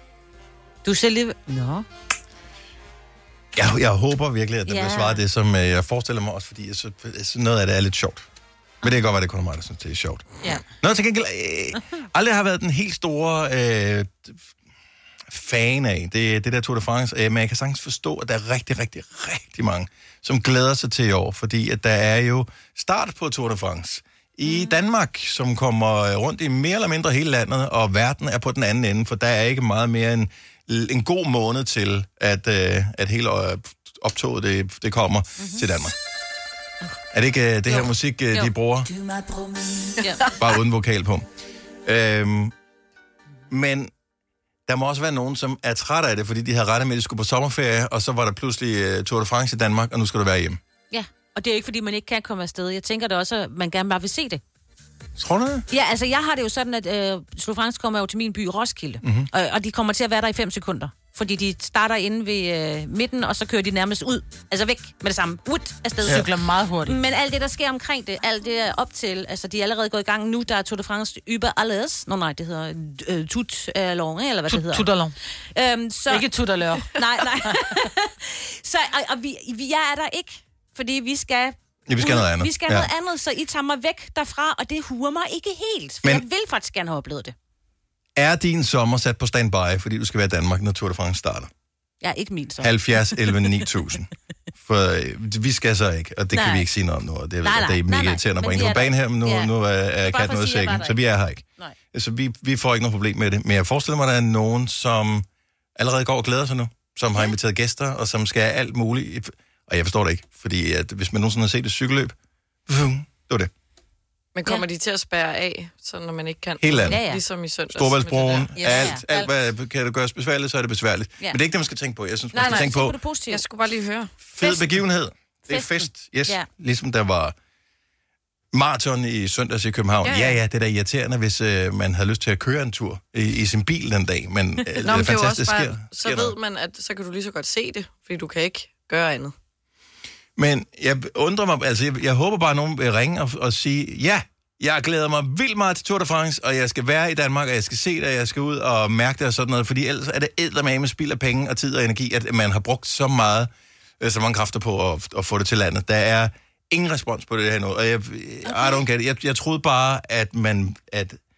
Du ser lige... Nå. Jeg, jeg håber virkelig, at der ja. bliver svaret det, som øh, jeg forestiller mig også, fordi jeg synes, jeg synes, noget af det er lidt sjovt. Men det kan godt være, det kun er mig, der synes, det er sjovt. Ja. Nå, til gengæld øh, aldrig har været den helt store øh, fan af det, det der Tour de France, øh, men jeg kan sagtens forstå, at der er rigtig, rigtig, rigtig mange, som glæder sig til i år, fordi at der er jo start på Tour de France i Danmark, som kommer rundt i mere eller mindre hele landet, og verden er på den anden ende, for der er ikke meget mere end en god måned til, at, øh, at hele optoget det, det kommer mm-hmm. til Danmark. Er det ikke uh, det her jo. musik, uh, de jo. bruger? Bare uden vokal på. Øhm, men der må også være nogen, som er træt af det, fordi de havde rettet med, at de skulle på sommerferie, og så var der pludselig uh, Tour de France i Danmark, og nu skal du være hjemme. Ja, og det er ikke, fordi man ikke kan komme afsted. Jeg tænker da også, at man gerne bare vil se det. Tror du det? Ja, altså jeg har det jo sådan, at uh, Tour de France kommer jo til min by Roskilde, mm-hmm. og, og de kommer til at være der i fem sekunder. Fordi de starter inde ved øh, midten, og så kører de nærmest ud. Altså væk med det samme. Ud afsted. Ja. Cykler meget hurtigt. Men alt det, der sker omkring det, alt det er op til, altså de er allerede gået i gang nu, der er Tour de France über alles. Nå nej, det hedder øh, tout à long, eller hvad Tout, det hedder. Tout à long. Øhm, så... Ikke tout à l'heure. Nej, nej. så, og, og vi, vi, jeg er der ikke, fordi vi skal... Ja, vi skal noget andet. Vi skal ja. noget andet, så I tager mig væk derfra, og det huer mig ikke helt. For Men... jeg vil faktisk gerne have oplevet det. Er din sommer sat på standby, fordi du skal være i Danmark, når Tour de France starter? Ja, ikke min så. halvfjerds elleve ni tusind. For øh, vi skal så ikke, og det nej. kan vi ikke sige noget om nu. Og det, nej, nej, det er mega irriterende at bringe på banen her, men nu, ja. nu er, er katten ud af sækken, så vi er her ikke. Nej. Så vi, vi får ikke noget problem med det. Men jeg forestiller mig, at der er nogen, som allerede går og glæder sig nu, som har inviteret gæster, og som skal alt muligt. Og jeg forstår det ikke, fordi at hvis man nogensinde har set et cykelløb, det var det. Men kommer ja. de til at spærre af, så når man ikke kan? Helt landet. Ja, ja. Ligesom i søndags. Storvældsbroen, ja, alt, alt, alt, hvad kan det gøres besværligt, så er det besværligt. Ja. Men det er ikke det, man skal tænke på. Jeg synes, man nej, skal nej, tænke på... Det positivt. Jeg skulle bare lige høre. Fed Festen. begivenhed. Det er Festen. fest, yes. Ja. Ligesom der var maraton i søndags i København. Ja, ja, ja det er da irriterende, hvis øh, man havde lyst til at køre en tur i, i sin bil den dag. Men, øh, Nå, det er men fantastisk, det er bare, sker, så sker ved noget. man, at så kan du lige så godt se det, fordi du kan ikke gøre andet. Men jeg undrer mig, altså jeg, jeg håber bare, at nogen vil ringe og, og sige, ja, jeg glæder mig vildt meget til Tour de France, og jeg skal være i Danmark, og jeg skal se det, og jeg skal ud og mærke det og sådan noget, fordi ellers er det eddermame spild af penge og tid og energi, at man har brugt så meget, så mange kræfter på at, at få det til landet. Der er ingen respons på det her nu, og jeg, I don't get it. Jeg, jeg troede bare, at man, at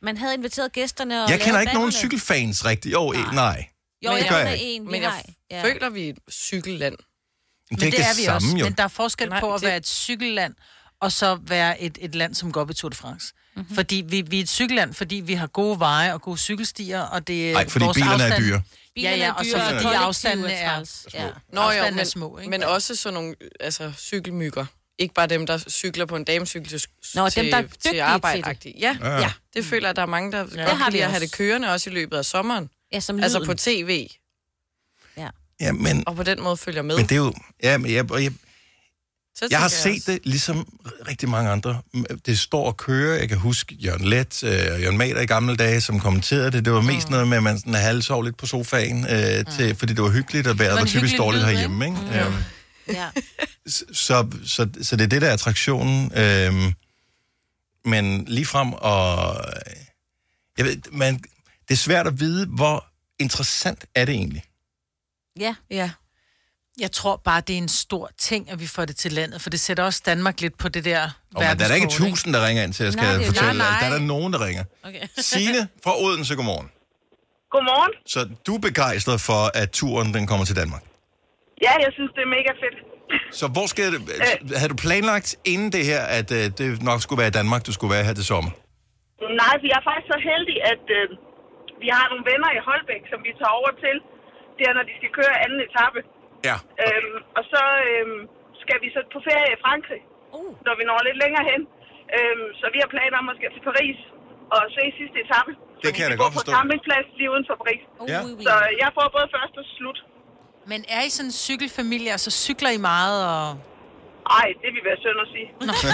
Man havde inviteret gæsterne og Jeg kender lavet ikke nogen bannerne. cykelfans rigtigt. Jo, nej. nej. Jo, det jeg gør kender jeg ikke. en. Men jeg Ja. føler, vi er et cykelland. Men Det, det er vi samme, også, jo. men der er forskel Nej, på at det- være et cykelland, og så være et, et land, som går op i Tour de France. Mm-hmm. Fordi vi, vi er et cykelland, fordi vi har gode veje og gode cykelstier, og det er Nej, fordi vores bilerne er afstand- dyre. Ja, ja, og så Bilerne er dyre, fordi og afstandene kollektivet er er, træls. ja, Nå jo, afstandene men, er små, ikke? men også sådan nogle altså, cykelmygger. Ikke bare dem, der cykler på en damecykel til, Nå, til, dem, der er til dygtige arbejde. til Ja, Ja. ja. ja, det føler jeg, der er mange, der ja. Det godt har kan vi lide at have også. det kørende, også i løbet af sommeren. Ja, som Altså lyden. på tv. Ja. Ja, men, Og på den måde følger med. men det er jo... Ja, men jeg, jeg, Så jeg har tænker set det ligesom rigtig mange andre. Det står og kører. Jeg kan huske Jørgen Let og øh, Jørgen Mader i gamle dage, som kommenterede det. Det var mest mm. noget med, at man sådan halvsov lidt på sofaen, øh, til, mm. fordi det var hyggeligt, og vejret var, var typisk dårligt lyd, herhjemme. Ikke? Ikke? Øhm, Ja. så, så, så, så det er det, der er attraktionen. Øhm, men ligefrem og... Jeg ved, man, det er svært at vide, hvor interessant er det egentlig. Ja. Ja. Jeg tror bare, det er en stor ting, at vi får det til landet, for det sætter også Danmark lidt på det der Og men der er da ikke verdenskort, tusind, der ringer ind til, at jeg skal Nej, det er- fortælle. nej, nej. Der er der nogen, der ringer. Okay. Signe fra Odense, godmorgen. Godmorgen. Så du er begejstret for, at turen den kommer til Danmark? Ja, jeg synes, det er mega fedt. Så hvor skal det... Havde du planlagt inden det her, at uh, det nok skulle være i Danmark, du skulle være her til sommer? Nej, vi er faktisk så heldige, at øh, vi har nogle venner i Holbæk, som vi tager over til. Det er, når de skal køre anden etape. Ja. Øhm, og så øhm, skal vi så på ferie i Frankrig, Uh. når vi når lidt længere hen. Øhm, så vi har planer om at skal til Paris og se sidste etape. Det kan jeg da vi godt bor forstå. på campingplads lige uden for Paris. Uh, Ja. oui, oui. Så jeg får både først og slut. Men er I sådan en cykelfamilie, altså cykler I meget, og Ej, det vil være synd at sige.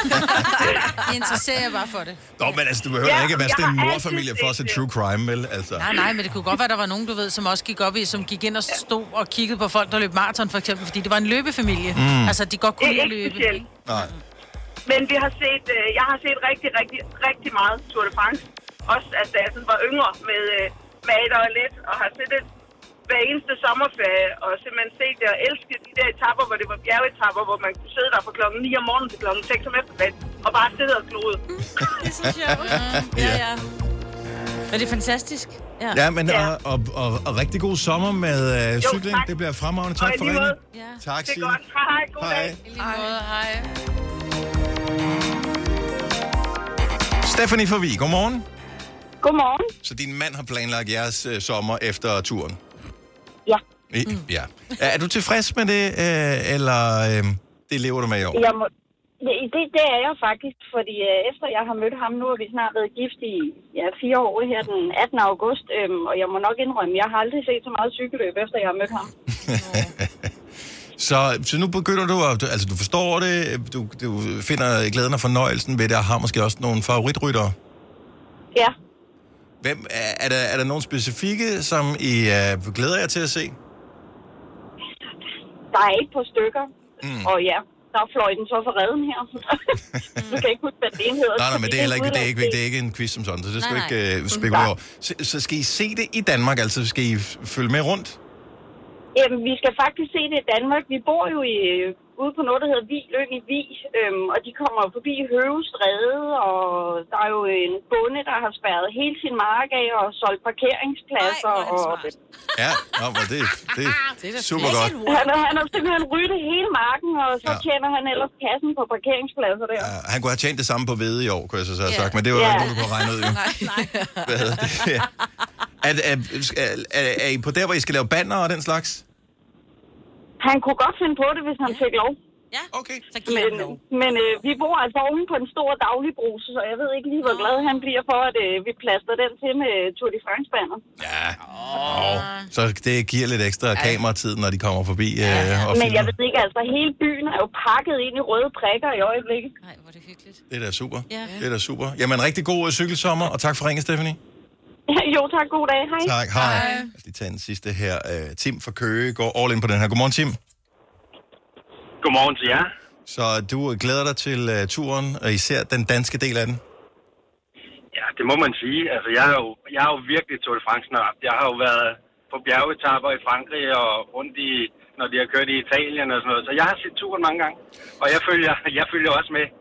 I interesserer jer bare for det? Nå, men altså, du behøver Ja, ja, ikke at være jeg sådan en har morfamilie altid for at se set det. true crime, vel? Altså. Nej, nej, men det kunne godt være, der var nogen, du ved, som også gik op i, som gik ind og stod og kiggede på folk, der løb maraton, for eksempel, fordi det var en løbefamilie. Mm. Altså, de godt kunne Det er lide at ikke løbe. specielt. Nej. Men vi har set, øh, jeg har set rigtig, rigtig, rigtig meget Tour de France. Også at da jeg sådan var yngre med øh, Mader og Let, og har set det hver eneste sommerferie, og simpelthen set det og elsket de der etapper, hvor det var bjergetapper, hvor man kunne sidde der fra klokken ni om morgenen til klokken seks om eftermiddagen, og bare sidde og glode. Det er så sjovt. Ja, ja. Men det er fantastisk. Ja. Ja, men Ja. Og, og, og, og rigtig god sommer med øh, Jo, cykling. tak. Det bliver fremragende. Og Tak i for lige ringen. måde. Ja. Tak, Det er Signe. godt. Hej, hej. God Hej. dag. I lige måde, hej. Stephanie fra Vig, godmorgen. Godmorgen. Så din mand har planlagt jeres øh, sommer efter turen? Ja. I, ja. Er, er du tilfreds med det, øh, eller øh, det lever du med i år? Jeg må, det, det, det er jeg faktisk, fordi øh, efter jeg har mødt ham, nu har vi snart været gift i ja, fire år her den attende august, øhm, og jeg må nok indrømme, jeg har aldrig set så meget cykelløb, efter jeg har mødt ham. Så, så nu begynder du at... Altså, du forstår det, du, du finder glæden og fornøjelsen ved det, og har måske også nogle favoritryttere. Ja. Hvem, er, er, der, er der nogle specifikke, som I uh, glæder jer til at se? Der er et par stykker, Mm. og ja, der fløj den så for redden her. Du kan ikke huske, hvad det ene hedder. Nej, nej, men det er heller ikke, det er ikke, det er ikke en quiz som sådan, så det skal du ikke uh, spekulere over. Så, så skal I se det i Danmark, altså skal I f- følge med rundt? Jamen, vi skal faktisk se det i Danmark. Vi bor jo i, ude på noget, der hedder Vig, Løn i Vig, øhm, og de kommer forbi Høvestræde, og der er jo en bonde, der har spærret hele sin mark af og solgt parkeringspladser. Ej, hvor er det og Ja, nå, men det, det er super godt. han, han har simpelthen ryddet hele marken, og så Ja. tjener han ellers kassen på parkeringspladser der. Uh, han kunne have tjent det samme på hvede i år, kunne jeg så have Ja. sagt, men det var jo Ja. ikke noget, du kunne regne ud, jo. Hvad hedder det? Er, er, er, er, er I på der, hvor I skal lave banner og den slags? Han kunne godt finde på det, hvis han fik lov. Ja, okay. Så giver Men, han lov. men øh, vi bor altså oven på en stor dagligbrug, så jeg ved ikke lige, hvor glad han bliver for, at øh, vi plaster den til med Tour de France-banner. Ja. Oh. Så det giver lidt ekstra kameratid, når de kommer forbi øh, og Men jeg filmer. ved ikke, altså hele byen er jo pakket ind i røde prikker i øjeblikket. Nej, hvor er det hyggeligt. Det er da super. Ja. Det er da super. Jamen, rigtig god øh, cykelsommer, og tak for ringen, Stephanie. Jo, tak. God dag. Hej. Tak. Hej. Jeg skal lige tage den sidste her. Uh, Tim fra Køge går all in på den her. Godmorgen, Tim. Godmorgen til jer. Så du glæder dig til uh, turen, og især den danske del af den? Ja, det må man sige. Altså, jeg er jo, jeg er jo virkelig Tour de France-nørd. Jeg har jo været på bjergetapper i Frankrig og rundt i, når de har kørt i Italien og sådan noget. Så jeg har set turen mange gange. Og jeg følger, jeg følger også med.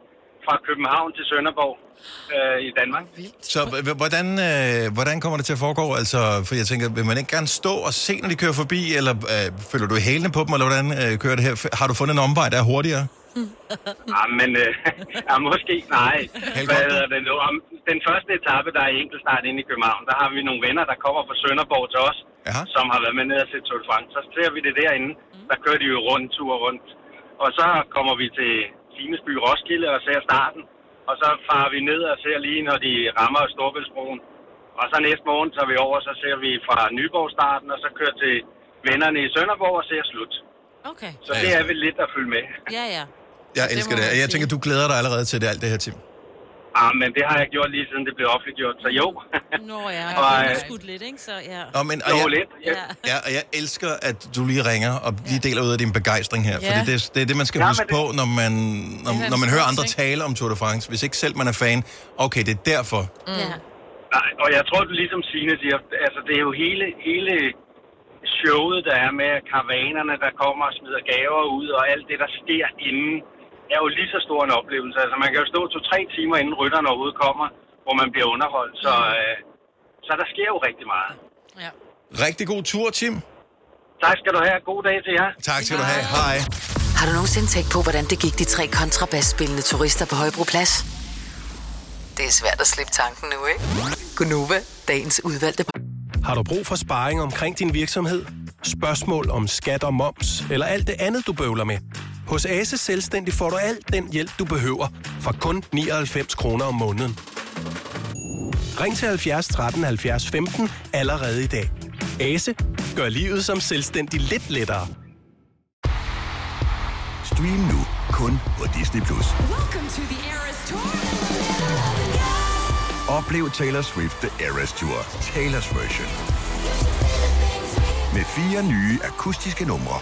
fra København til Sønderborg øh, i Danmark. Så h- hvordan, øh, hvordan kommer det til at foregå? Altså, for jeg tænker, vil man ikke gerne stå og se, når de kører forbi, eller øh, følger du i hælene på dem, eller hvordan øh, kører det her? Har du fundet en omvej, der er hurtigere? Ja, men øh, ja, måske nej. Hvad hedder det nu? Om den første etape, der er i enkeltstart inde i København, der har vi nogle venner, der kommer fra Sønderborg til os, Aha. som har været med ned og set Tour de France. Så ser vi det derinde. Der kører de jo rundt, tur rundt. Og så kommer vi til Simesby Roskilde og ser starten. Og så farer vi ned og ser lige, når de rammer Storebæltsbroen. Og så næste morgen tager vi over, så ser vi fra Nyborg starten, og så kører til vennerne i Sønderborg og ser slut. Okay. Så det er vel lidt at følge med. Ja, ja. Jeg elsker det. Jeg tænker, du glæder dig allerede til det, alt det her, Tim. Ah, men det har jeg gjort lige siden det blev offentliggjort, så jo. Nå ja, og, jeg øh, har skudt lidt, ikke? Så ja. Nå, men, og jo, jeg, lidt. Ja. ja, og jeg elsker, at du lige ringer og lige deler ud af din begejstring her. Ja. Fordi det, det er det, man skal Ja, huske men det- på, når man, når, Det er når man en hører stor andre ting. tale om Tour de France. Hvis ikke selv man er fan, okay, det er derfor. Mm. Ja. Nej, og jeg tror, du ligesom Signe siger, altså det er jo hele, hele showet, der er med karavanerne, der kommer og smider gaver ud, og alt det, der sker inden, er jo lige så stor en oplevelse. Altså man kan jo stå to-tre timer, inden rytterne overhovedet kommer, hvor man bliver underholdt. Så, øh, så der sker jo rigtig meget. Rigtig god tur, Tim. Tak skal du have. God dag til jer. Tak skal du have. Hej. Har du nogensinde tænkt på, hvordan det gik de tre kontrabasspillende turister på Højbroplads? Det er svært at slippe tanken nu, ikke? Gunova, dagens udvalgte. Har du brug for sparring omkring din virksomhed? Spørgsmål om skat og moms, eller alt det andet, du bøvler med? Hos Ase Selvstændig får du alt den hjælp, du behøver, for kun nioghalvfems kroner om måneden. Ring til halvfjerds tretten halvfjerds femten allerede i dag. Ase gør livet som selvstændig lidt lettere. Stream nu kun på Disney plus. Oplev Taylor Swift The Eras Tour, Taylor's version. Med fire nye akustiske numre.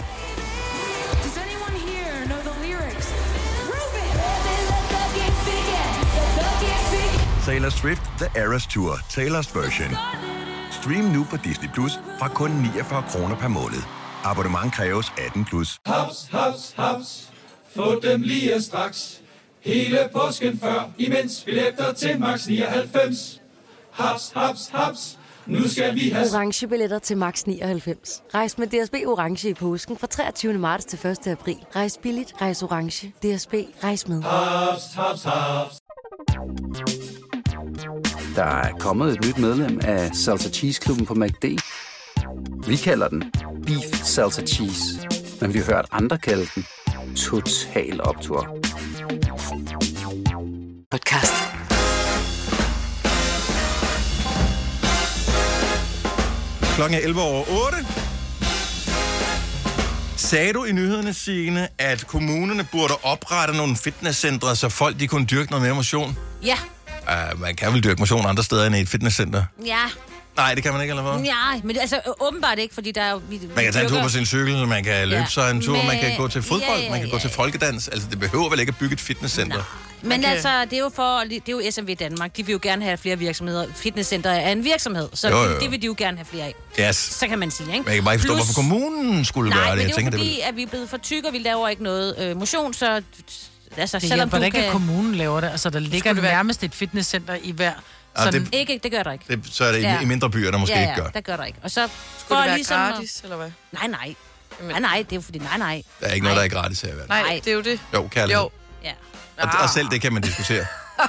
Taylor Swift The Eras Tour, Taylor's version. Stream nu på Disney plus fra kun niogfyrre kroner per måned. Abonnement kræves atten plus. Haps, haps, haps. Få dem lige straks. Hele påsken før, imens billetter til max nioghalvfems. Haps, haps, haps. Nu skal vi have... Orange billetter til max nioghalvfems. Rejs med D S B Orange i påsken fra treogtyvende marts til første april. Rejs billigt, rejs orange. D S B, rejs med. Haps, haps, haps. Der er kommet et nyt medlem af Salsa Cheese Klubben på McD. Vi kalder den Beef Salsa Cheese, men vi har hørt andre kalde den Total Optur. Podcast. Klokken er elleve over otte. Sagde du i nyhederne, Signe, at kommunerne burde oprette nogle fitnesscentre, så folk de kunne dyrke noget mere motion? Ja. Uh, man kan vel dyrke motion andre steder end i et fitnesscenter? Ja. Nej, det kan man ikke, eller hvad? Nej, men det, altså øh, åbenbart ikke, fordi der er jo... Vi, Man kan tage en tur på sin cykel, man kan løbe Ja. sig en tur, Men- man kan gå til fodbold, ja, ja, man kan gå ja, til folkedans. Altså, det behøver vel ikke at bygge et fitnesscenter? Men Okay. altså, det er jo for, det er jo S M V Danmark. De vil jo gerne have flere virksomheder. Fitnesscenter er en virksomhed, så Jo, jo, jo, jo. jo. Det vil de jo gerne have flere af. Yes. Så kan man sige, ikke? Men jeg kan bare ikke forstå, Plus- hvorfor kommunen skulle Nej, gøre men det. det Jeg er tænker, jo det fordi, vil... at vi er blevet for tykke, og vi laver ikke noget øh, motion, så... Altså, Det selvom hjælper du da ikke, kan... at kommunen laver det. Altså, der ligger det være- nærmest et fitnesscenter i hver... Ah, Sådan... det- Ikke, det gør der ikke. Det, så er det Ja. i, i mindre byer, der måske ja, ikke ja, gør. der gør der ikke. Og så Skulle det være ligesom gratis, eller hvad? Nej, nej. Nej, nej, det er jo fordi, nej, nej. Der er ikke noget, der er gratis her i verden. Nej, det er jo det. Jo, kærlighed. Jo. Ja. Og, og selv det kan man diskutere.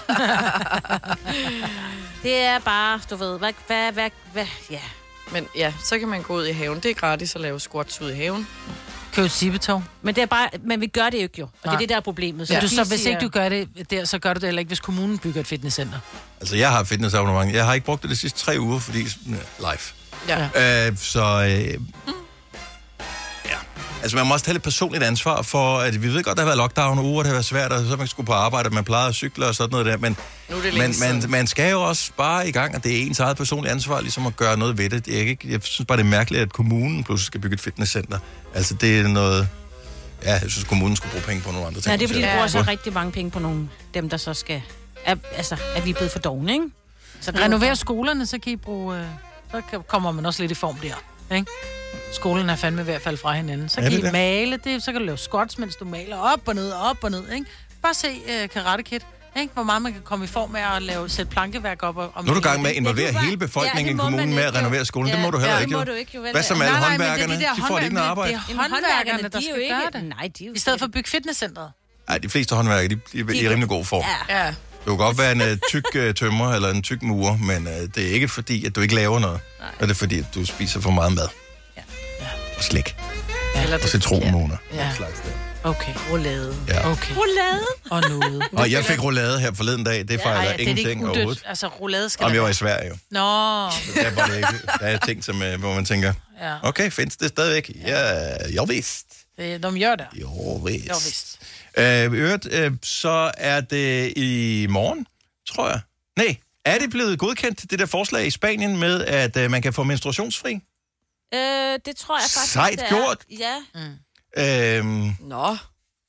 Det er bare, du ved, hvad, hvad, hvad, hvad ja. Men ja, så kan man gå ud i haven. Det er gratis at lave squats ud i haven. Køb et sibetog. Men det er bare, men vi gør det jo ikke jo. Og det er Nej. det, der er problemet. Så, du, vi så hvis siger- ikke du gør det der, så gør du det heller ikke, hvis kommunen bygger et fitnesscenter. Altså, jeg har fitnessabonnement. Jeg har ikke brugt det de sidste tre uger, fordi... Live. Ja. Øh, så... Øh, ja. Altså, man må også tage lidt personligt ansvar for, at vi ved godt, der har været lockdown og uger, det har været svært, og så man skulle på arbejde, og man plejede at cykle og sådan noget der, men, Nu er det men længe man, siden. man skal jo også bare i gang, og det er ens eget personlige ansvar, ligesom at gøre noget ved det. det er ikke, jeg synes bare, det er mærkeligt, at kommunen pludselig skal bygge et fitnesscenter. Altså, det er noget... Ja, jeg synes, kommunen skulle bruge penge på nogle andre ting. Ja, det er fordi, de Ja. bruger så rigtig mange penge på nogle dem, der så skal... Er, altså, at vi er blevet for dogne, ikke? Så renover skolerne, så kan I bruge... Øh, så kan- kommer man også lidt i form der, ikke? Skolen er fandme i hvert fald fra hinanden. Så Er kan det I det? male det, så kan du lave squats, mens du maler op og ned, op og ned, ikke? Bare se uh, Karate Kid. Ikke? Hvor meget man kan komme i form med at lave, sætte plankeværk op. Og, og nu er du i gang med at involvere ja, hele befolkningen ja, i kommunen med at renovere skolen. Ja, det må du heller ja, ikke, jo. Det må du ikke, jo. Hvad så med alle håndværkerne? De, de får ikke noget arbejde. Det er håndværkerne, der skal ikke, gøre det. Nej, de er jo I stedet for at bygge fitnesscenteret. Nej, de fleste håndværkere, de, de, de er i rimelig god form. Ja. ja. Det kan godt være en uh, tyk uh, tømrer eller en tyk murer, men uh, det er ikke fordi, at du ikke laver noget. Nej. Det er fordi, at du spiser for meget mad. Ja. Og slik. Ja. Eller og citronmåner. Ja. Okay. Roulade. Ja. Okay. Roulade. Og noget. Og jeg fik roulade her forleden dag. Det fejler ja, ja, ingenting det overhovedet. Altså, roulade skal Om jeg var i Sverige jo. Nå. Der, var det ikke, der er ting, som, hvor man tænker, ja. okay, findes det stadigvæk? Ja, jo vist. Det, de gør det. Jo vist. Jo vist. Øh, øvrigt, øh, så er det i morgen, tror jeg. Nej, er det blevet godkendt, det der forslag i Spanien med, at øh, man kan få menstruationsfri? Øh, det tror jeg faktisk, Sejt det er. gjort. Ja. Mm. Øhm. Nå.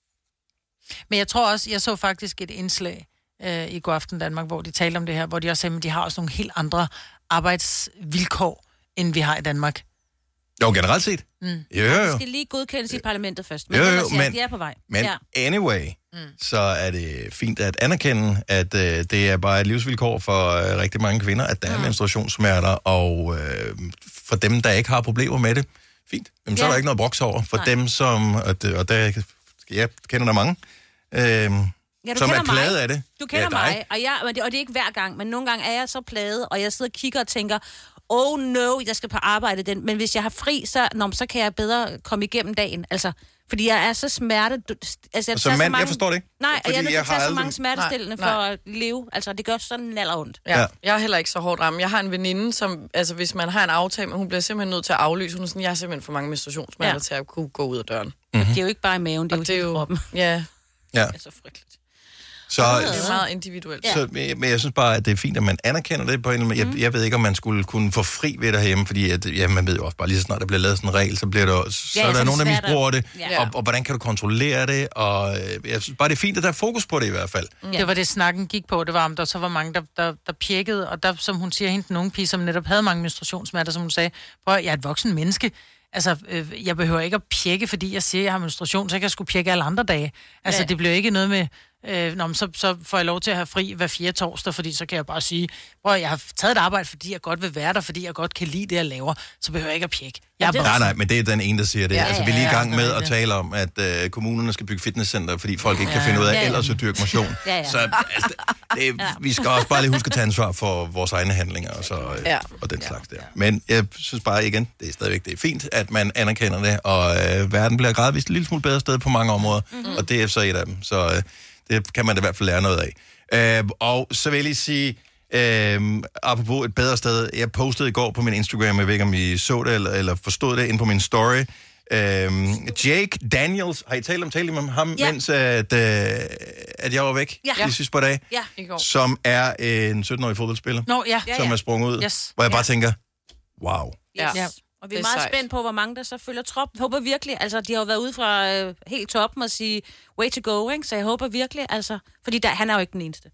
Men jeg tror også, jeg så faktisk et indslag øh, i God Aften Danmark, hvor de talte om det her, hvor de også sagde, at de har også nogle helt andre arbejdsvilkår, end vi har i Danmark. Jo, generelt set. Mm. Jo, jo. Det skal lige godkendes i parlamentet først. Men jo, jo, ellers, ja, men, de er på vej. Men ja. anyway, mm. så er det fint at anerkende, at øh, det er bare et livsvilkår for øh, rigtig mange kvinder, at der mm. er menstruationssmerter, og øh, for dem, der ikke har problemer med det, fint. Jamen, så ja. er der ikke noget broks over. For Nej. dem, som, og, det, og der, jeg kender der mange, øh, ja, som er plaget af det. Du kender ja, mig, og, jeg, og, det, og det er ikke hver gang, men nogle gange er jeg så plaget, og jeg sidder og kigger og tænker, oh no, jeg skal på arbejde den. Men hvis jeg har fri, så, nå, så kan jeg bedre komme igennem dagen. Altså, fordi jeg er så smerte... Altså, jeg som mand, mange, jeg forstår det ikke. Nej, og jeg er nødt til at tage aldrig... så mange smertestillende nej, nej. for at leve. Altså, det gør sådan naller ondt. Ja, jeg er heller ikke så hårdt ramt. Jeg har en veninde, som... Altså, hvis man har en aftale, men hun bliver simpelthen nødt til at aflyse. Hun er sådan, jeg har simpelthen for mange menstruationssmerter ja. til at kunne gå ud af døren. Mm-hmm. Det er jo ikke bare i maven, det er og jo det er jo kroppen. Ja. Ja. Det er så frygteligt. Så, det er meget individuelt. Ja. Så, men jeg synes bare, at det er fint, at man anerkender det på en eller anden. Jeg, jeg ved ikke, om man skulle kunne få fri ved derhjemme, fordi at, ja, man ved jo også bare, lige så snart der bliver lavet sådan en regel, så bliver der, så ja, er der nogen, der misbruger det, ja. og, og hvordan kan du kontrollere det, og jeg synes bare, det er fint, at der er fokus på det i hvert fald. Ja. Det var det, snakken gik på, det var, om der så var mange, der, der, der pjekkede, og der, som hun siger, hende den unge pige, som netop havde mange menstruationssmerter, som hun sagde, prøv, jeg er et voksen menneske, altså, øh, jeg behøver ikke at pjekke, fordi jeg siger, at jeg har menstruation, så jeg kan sgu pjekke alle andre dage. Altså, ja. det bliver ikke noget med... Øh, nå, så, så får jeg lov til at have fri hver fjerde torsdag, fordi så kan jeg bare sige, prøv, jeg har taget et arbejde, fordi jeg godt vil være der, fordi jeg godt kan lide det, jeg laver, så behøver jeg ikke at pjekke. Jeg ja, nej, nej, men det er den ene, der siger det. Ja, altså, vi er lige i gang med ja, at tale om, at øh, kommunerne skal bygge fitnesscenter, fordi folk ikke ja, kan finde ud af ja, ja. ellers at dyrke motion. ja, ja. Så altså, det, ja. vi skal også bare lige huske at tage ansvar for vores egne handlinger og, så, øh, ja. og den slags der. Men jeg synes bare igen, det er stadigvæk det er fint, at man anerkender det, og øh, verden bliver gradvist et lille smule bedre sted på mange områder, mm-hmm. og det er så et af dem. Så øh, det kan man da i hvert fald lære noget af. Øh, og så vil jeg lige sige, øh, apropos et bedre sted, jeg postede i går på min Instagram, jeg ved ikke, om I så det eller, eller forstod det, ind på min story. Øh, Jake Daniels, har I talt om, talt om ham, ja. mens at, øh, at jeg var væk ja. de sidste par dage? Ja, i går. Som er en sytten-årig fodboldspiller, Nå, ja. som ja, ja. er sprunget ud, yes. hvor jeg bare ja. tænker, wow. Yes. Ja. Ja. Og vi er, er meget sejt. spændt på, hvor mange der så følger trop. Jeg håber virkelig, altså de har jo været ude fra øh, helt toppen og sige, way to go, ikke? Så jeg håber virkelig, altså, fordi der, han er jo ikke den eneste.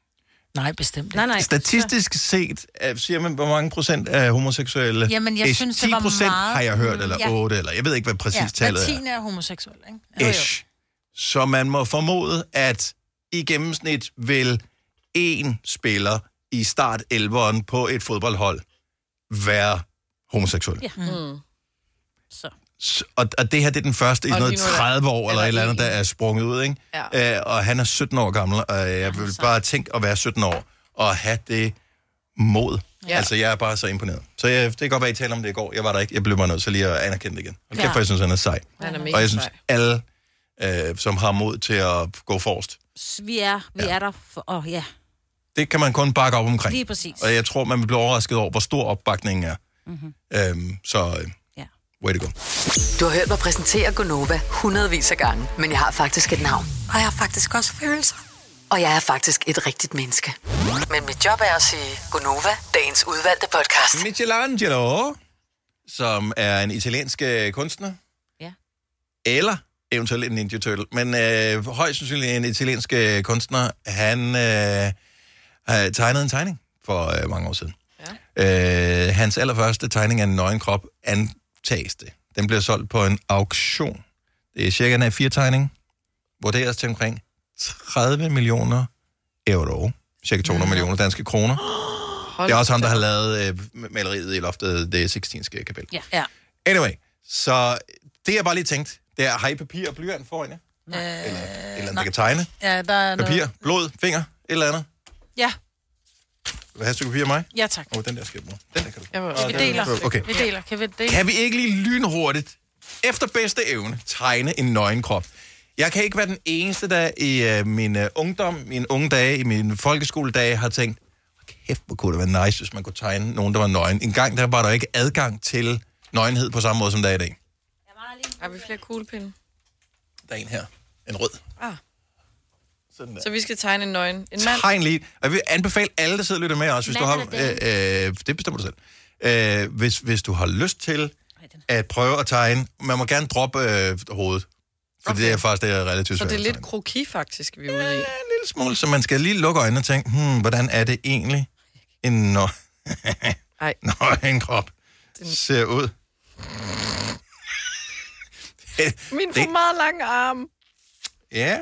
Nej, bestemt. Nej, nej. Statistisk set, siger man, hvor mange procent af homoseksuelle? Jamen, jeg synes, det var procent meget... har jeg hørt, eller ja. otte, eller jeg ved ikke, hvad præcis ja, tallet er. Ja, tiende er homoseksuel, ikke? Ish. Så man må formode, at i gennemsnit vil en spiller i start elveren på et fodboldhold være homoseksuel. Ja. Mm. Så. Og, og det her, det er den første i noget tredive år, eller et eller andet, der er sprunget ud, ikke? Ja. Øh, og han er sytten år gammel, og jeg vil bare tænke at være sytten år, og have det mod. Ja. Altså, jeg er bare så imponeret. Så jeg, det kan godt være, I taler om det i går. Jeg var der ikke. Jeg blev bare nødt til lige at anerkende det igen. Og kæft, ja. for jeg synes, han er sej. Han er mega og jeg synes, sej. alle, øh, som har mod til at gå forrest. Vi er, vi ja. er der for, oh, ja. Det kan man kun bakke op omkring. Lige præcis. Og jeg tror, man vil blive overrasket over, hvor stor opbakningen er. Mm-hmm. Øhm, så... Øh, way to go. Du har hørt mig præsentere Gonova hundredvis af gange, men jeg har faktisk et navn. Og jeg har faktisk også følelser. Og jeg er faktisk et rigtigt menneske. Men mit job er at sige Gonova, dagens udvalgte podcast. Michelangelo, som er en italiensk kunstner. Ja. Eller eventuelt en Ninja Turtle. Men øh, højst sandsynligt en italiensk kunstner. Han øh, har tegnet en tegning for øh, mange år siden. Ja. Øh, hans allerførste tegning af en nøgen krop antages det. Den bliver solgt på en auktion. Det er cirka en A fire tegning. Vurderes til omkring tredive millioner euro, cirka to hundrede millioner danske kroner. Hold det er også ham, der har lavet øh, maleriet i loftet, det Sixtinske kapel. Ja. ja. Anyway, så det jeg bare lige tænkt, det er, har I papir og blyant foran jer? Øh, Eller et eller andet, der kan tegne? Ja, der er Papir, noget... blod, finger, et eller andet? Ja. Vil du have et stykke papir af mig? Ja, tak. Åh, oh, den der skal jeg bruge. Den der kan du. Jeg vil, vi deler. Okay. Vi deler. Kan vi dele? Kan vi ikke lige lynhurtigt, efter bedste evne, tegne en nøgen krop? Jeg kan ikke være den eneste, der i uh, min uh, ungdom, mine unge dage, i mine folkeskoledage, har tænkt, kæft, hvor kunne det være nice, hvis man kunne tegne nogen, der var nøgen. En gang, der var der ikke adgang til nøgenhed på samme måde, som der er i dag. Har vi flere kuglepinde? Der er en her. En rød. Ah. Sådan der. Så vi skal tegne en nøgen. En mand? Tegn lige. Og jeg vil anbefale alle, der sidder og lytter med også, hvis Mand du har... Øh, øh, det bestemmer du selv. Øh, hvis, hvis du har lyst til at prøve at tegne, man må gerne droppe øh, hovedet. For okay. det er faktisk det er relativt Så svært. det er lidt kroki, faktisk, vi er ude i. Ja, en lille smule, så man skal lige lukke øjnene og tænke, hmm, hvordan er det egentlig, en nø... nøgen krop ser ud? Min for meget lang arm. Ja.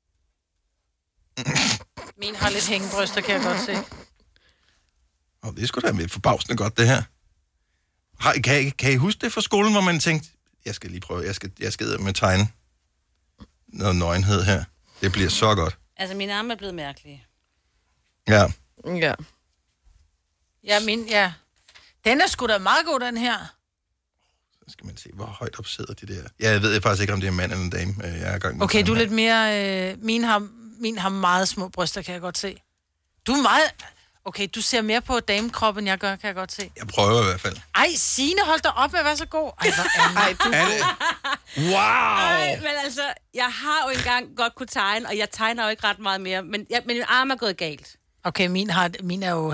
Min har lidt hængebryster, kan jeg godt se. Oh, det er sgu da med forbavsende godt, det her. Har, kan, I, kan I huske det fra skolen, hvor man tænkte, jeg skal lige prøve, jeg skal, jeg skal med tegne noget nøgenhed her. Det bliver så godt. Altså, mine arme er blevet mærkelige. Ja. Ja. Ja, min, ja. Den er sgu da meget god, den her. Så skal man se, hvor højt op sidder de der. Ja, jeg ved faktisk ikke, om det er en mand eller en dame, jeg er i gang med. Okay, du er lidt mere... Øh, min, har, min har meget små bryster, kan jeg godt se. Du er meget... Okay, du ser mere på damekroppen, end jeg gør, kan jeg godt se. Jeg prøver i hvert fald. Ej, Signe, hold dig op med at være så god. Ej, hvor er Ej, du er det? Wow! Ej, men altså, jeg har jo engang godt kunne tegne, og jeg tegner jo ikke ret meget mere, men, jeg, men min arm er gået galt. Okay, min, har, min er jo...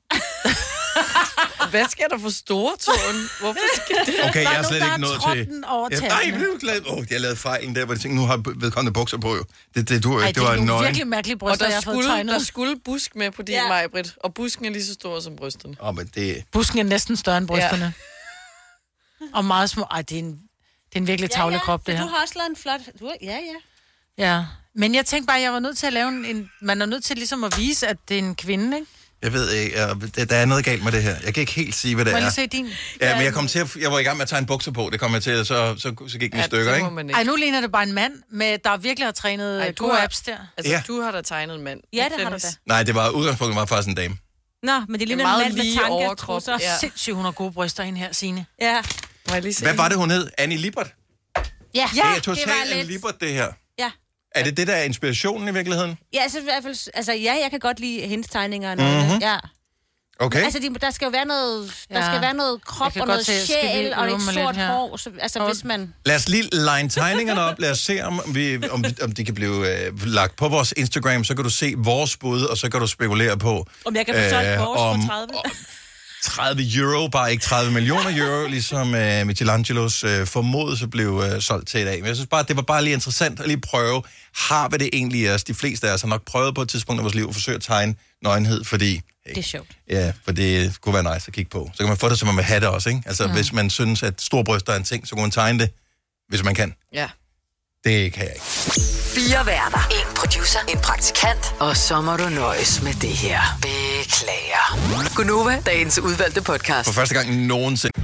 Hvad skal der for store tåen? Hvorfor skal det? Okay, jeg er slet ikke nået til... Over jeg, nej, jeg blev glad. Åh, oh, jeg lavede fejlen der, hvor jeg tænkte, nu har vedkommende bukser på jo. Det, det, du, Ej, det, det var er en nogle nøgen. virkelig mærkelige bryster, og der jeg har fået skulle, tegnet. der skulle busk med på din Ja. Maj-Brit, og busken er lige så stor som brysterne. Åh, oh, men det... Busken er næsten større end brysterne. Ja. Og meget små... Ej, det er en, det er en virkelig tavle krop, det her. Du har også lavet en flot... Du har... Ja, ja. Ja, men jeg tænkte bare, at jeg var nødt til at lave en... en man er nødt til ligesom at vise, at det er en kvinde, ikke? Jeg ved ikke, jeg, der er noget galt med det her. Jeg kan ikke helt sige, hvad det Må er. jeg lige se din? Ja, men jeg kom til at, jeg var i gang med at tegne bukser på. Det kom jeg til, så, så, så gik den i stykker, ikke? ikke? Ej, nu ligner det bare en mand, med, der virkelig har trænet Ej, Ej, du gode har- apps der. Altså, Ja. du har da tegnet en mand. Ja, Ikke, det har du Dennis? da. Nej, det var udgangspunktet var faktisk en dame. Nå, men det ligner en meget mand med lige tanke. overkrop. Så... Ja. Sindssygt, hun har gode bryster hende her, Signe. Ja. Må jeg lige se Hvad var hende? det, hun hed? Annie Lippert? Ja, Det er det totalt var Annie lidt... Lippert, det her. Ja. Er det det, der er inspirationen i virkeligheden? Ja, altså i hvert fald... Altså, ja, jeg kan godt lide hendes tegninger og noget. Mhm. Ja. Okay. Altså, de, der skal jo være noget, der Ja. skal være noget Jeg krop kan og godt noget se, skal vi sjæl og øve et mig sort lidt her? hår. Så, altså, hvis man... Lad os lige line tegningerne op. Lad os se, om, vi, om, om de kan blive øh, lagt på vores Instagram. Så kan du se vores bud, og så kan du spekulere på... Om jeg kan få solgt vores om- for tredive. om tredive euro, bare ikke tredive millioner euro, ligesom øh, Michelangelos øh, formodelse blev øh, solgt til i dag. Men jeg synes bare, det var bare lige interessant at lige prøve, har vi det egentlig i os? De fleste af os har nok prøvet på et tidspunkt i vores liv at forsøge at tegne nøgenhed, fordi... Det er sjovt. Ja, for det kunne være nice at kigge på. Så kan man få det, som man vil have det også, ikke? Altså, mm. hvis man synes, at store bryster er en ting, så kan man tegne det, hvis man kan. Ja. Det kan jeg ikke. Fire værter. En producer. En praktikant. Og så må du nøjes med det her. Beklager. Gunova, dagens udvalgte podcast. For første gang nogensinde.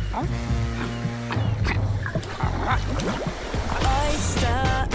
Oyster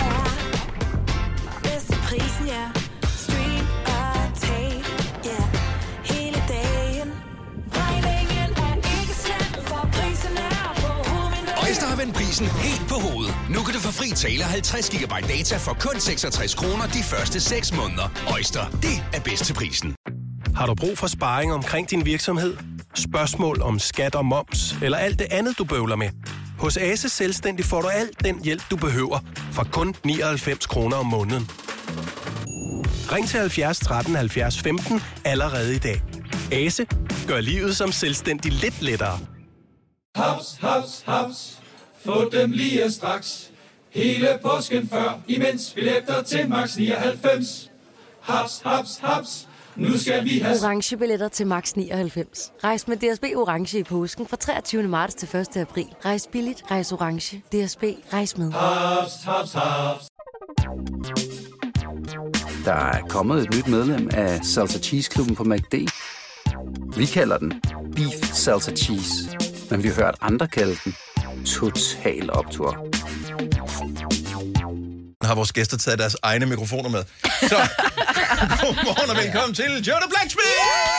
er bedst til prisen, ja. Stream og tag, ja. Hele dagen. Regningen er ikke slem, for prisen er på hovedet. Oyster har vendt prisen helt på hovedet. Nu kan du få fri tale halvtreds gigabyte data for kun seksogtres kroner de første seks måneder. Oyster, det er bedst til prisen. Har du brug for sparring omkring din virksomhed? Spørgsmål om skat og moms, eller alt det andet, du bøvler med? Hos Ase Selvstændig får du alt den hjælp, du behøver, for kun nioghalvfems kroner om måneden. Ring til halvfjerds tretten halvfjerds femten allerede i dag. Ase gør livet som selvstændig lidt lettere. Haps, haps, haps. Få dem lige straks. Hele påsken før, imens billetter til max nioghalvfems. Haps, haps, haps. Nu skal vi have... Orange billetter til max nioghalvfems. Rejs med D S B Orange i påsken fra treogtyvende marts til første april. Rejs billigt, rejs orange. D S B, rejs med. Haps, haps, haps. Der er kommet et nyt medlem af Salsa Cheese Klubben på McD. Vi kalder den Beef Salsa Cheese, men vi har hørt andre kalde den Total Optur. Har vores gæster taget deres egne mikrofoner med. Så, godmorgen og velkommen til Joe the Blacksmith!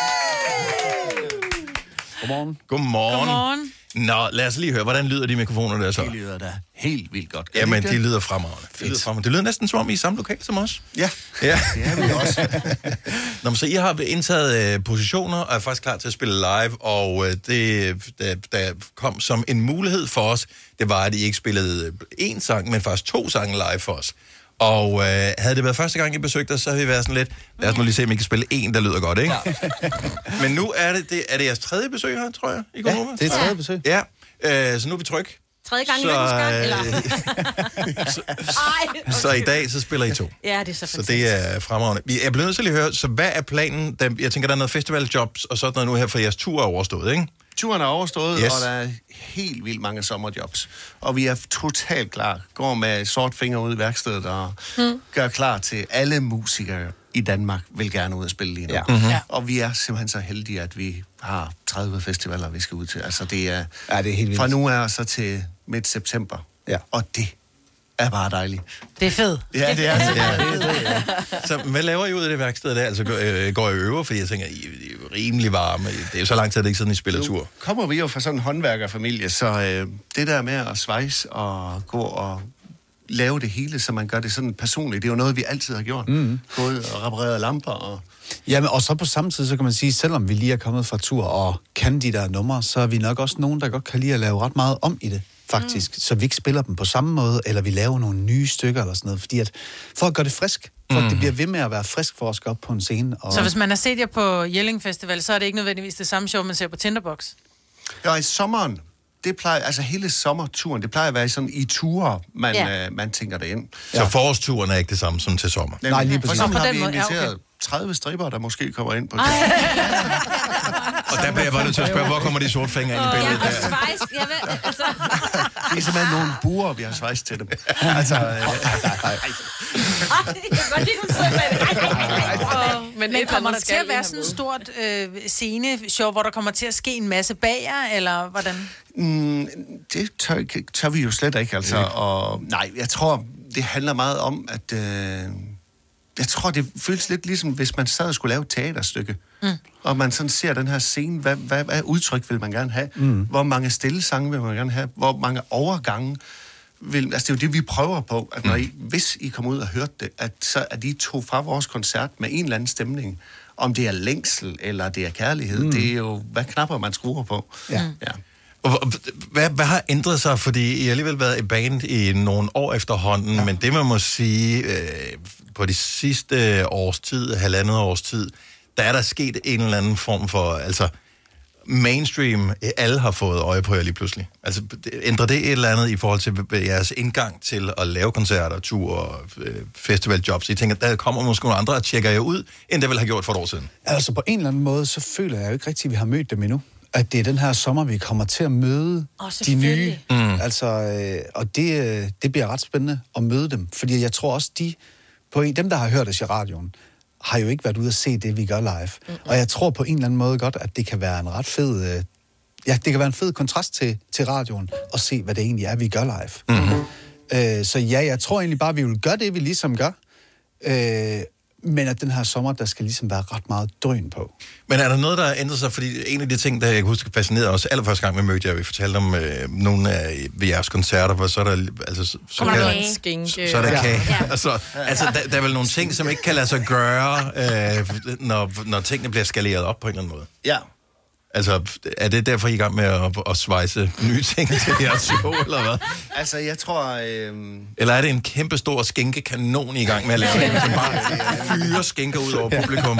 Godmorgen. Godmorgen. Godmorgen. Nå, lad os lige høre, hvordan lyder de mikrofoner der så? De lyder da helt vildt godt. Jamen, de lyder fremragende. De lyder fremragende. Det lyder næsten som om I er i samme lokal som os. Ja, ja. det er vi også. Nå, men så I har indtaget øh, positioner og er faktisk klar til at spille live, og øh, det, der, der kom som en mulighed for os, det var, at I ikke spillede én sang, men faktisk to sange live for os. Og øh, havde det været første gang, I besøgte os, så havde vi været sådan lidt, lad os nu lige se, om I kan spille en, der lyder godt, ikke? Ja. Men nu er det, det, er det jeres tredje besøg her, tror jeg, i går? Ja, det er tredje besøg. Ja, øh, så nu er vi tryg. Tredje gang i Så, lykkens gang, øh, eller? så, så i dag, så spiller I to. Ja, det er så Så fantastisk. det er fremragende. Jeg er blevet nødt til at høre, så hvad er planen? Der, jeg tænker, der er noget festivaljobs og sådan noget nu her, for jeres tur er overstået, ikke? Turen er overstået, Yes. og der er helt vildt mange sommerjobs. Og vi er totalt klar. Går med sort finger ud i værkstedet og hmm. gør klar til alle musikere i Danmark vil gerne ud og spille lige nu. Ja. Mm-hmm. Ja. Og vi er simpelthen så heldige, at vi har tredive festivaler, vi skal ud til. Altså det er, ja, det er helt vildt. Fra nu af så til midt september. Ja. Og det er bare dejligt. Det er fedt. Ja, det er det. Ja, det, det, ja. Så hvad laver I ud af det værksted der? Altså går, øh, går I øver, fordi jeg tænker, I, I er jo rimelig varme. Det er jo så lang tid, at det ikke sådan, I spiller tur. Nu kommer vi jo fra sådan en håndværkerfamilie, så øh, det der med at svejse og gå og lave det hele, så man gør det sådan personligt, det er jo noget, vi altid har gjort. Mm. Gået og repareret lamper og... Jamen, og så på samme tid, så kan man sige, selvom vi lige er kommet fra tur og kan de der numre, så er vi nok også nogen, der godt kan lide at lave ret meget om i det, faktisk. Mm. Så vi ikke spiller dem på samme måde, eller vi laver nogle nye stykker eller sådan noget, fordi at, for at gøre det frisk, for mm. at det bliver ved med at være frisk for os op på en scene. Og... Så hvis man har set jer på Jelling Festival, så er det ikke nødvendigvis det samme show, man ser på Tinderbox? Ja, i sommeren, det plejer, altså hele sommerturen, det plejer at være sådan i ture, man, Ja. øh, man tænker det ind. Så forårsturen er ikke det samme som til sommer? Nej, lige præcis. For eksempel Nå, på har den vi måde, ja, inviteret okay. tredive stripper, der måske kommer ind på det. Og der bliver jeg bare nødt til at spørge, hvor kommer de sorte fingre ind i billedet Ja, og der? svejs, jeg ved, altså... Det er simpelthen nogle buer, vi har svejst til dem. Altså, øh, Ej, jeg kan godt lide, du sidder med det. Ej, ej, ej, ej. Men, Men kommer der til at være sådan et stort øh, sceneshow, hvor der kommer til at ske en masse bag jer, eller hvordan? Mm, det tør, tør vi jo slet ikke, altså. Og, nej, jeg tror, det handler meget om, at... Øh, jeg tror, det føles lidt ligesom, hvis man sad og skulle lave et teaterstykke. Mm. Og man sådan ser den her scene, hvad, hvad, hvad udtryk vil man gerne have? Mm. Hvor mange stille sange vil man gerne have? Hvor mange overgange vil... Altså, det er jo det, vi prøver på, at når I, hvis I kommer ud og hørte det, at så er de to fra vores koncert med en eller anden stemning. Om det er længsel, eller det er kærlighed, mm. det er jo, hvad knapper man skruer på. Ja. Ja. Og Hvad, hvad har ændret sig? Fordi I har alligevel været i band i nogle år efterhånden, ja. Men det man må sige, øh, på de sidste års tid, halvandet års tid, der er der sket en eller anden form for, altså mainstream, alle har fået øje på jer lige pludselig. Altså ændrer det et eller andet i forhold til jeres indgang til at lave koncerter, ture og øh, festivaljobs? I tænker, der kommer måske nogle andre og tjekker jer ud, end det ville have gjort for et år siden. Altså på en eller anden måde, så føler jeg jo ikke rigtigt, at vi har mødt dem endnu. At det er den her sommer, vi kommer til at møde oh, de nye. Mm. Altså, øh, og det, det bliver ret spændende at møde dem. Fordi jeg tror også, de, på en, dem, der har hørt os i radioen, har jo ikke været ude at se det, vi gør live. Mm-hmm. Og jeg tror på en eller anden måde godt, at det kan være en ret fed... Øh, ja, det kan være en fed kontrast til, til radioen, og se, hvad det egentlig er, vi gør live. Mm-hmm. Øh, så ja, jeg tror egentlig bare, at vi vil gøre det, vi ligesom gør. Øh, men at den her sommer, der skal ligesom være ret meget drøn på. Men er der noget, der ændrer sig? Fordi en af de ting, der jeg kan huske fascinerede os allerførste gang, vi mødte jer, vi fortalte om øh, nogle af ved jeres koncerter, hvor så er der... Altså, så, så, Kommer der kan, en skænke. så er der Ja. kage. Ja. Altså, altså der, der er vel nogle ting, som ikke kan lade sig gøre, øh, når, når tingene bliver skaleret op på en eller anden måde. Ja. Altså, er det derfor, I er i gang med at, at svejse nye ting til jeres show, eller hvad? Altså, jeg tror... Øh... Eller er det en kæmpe stor skænkekanon, I er i gang med at lave, som bare fyrer skænker ud over publikum?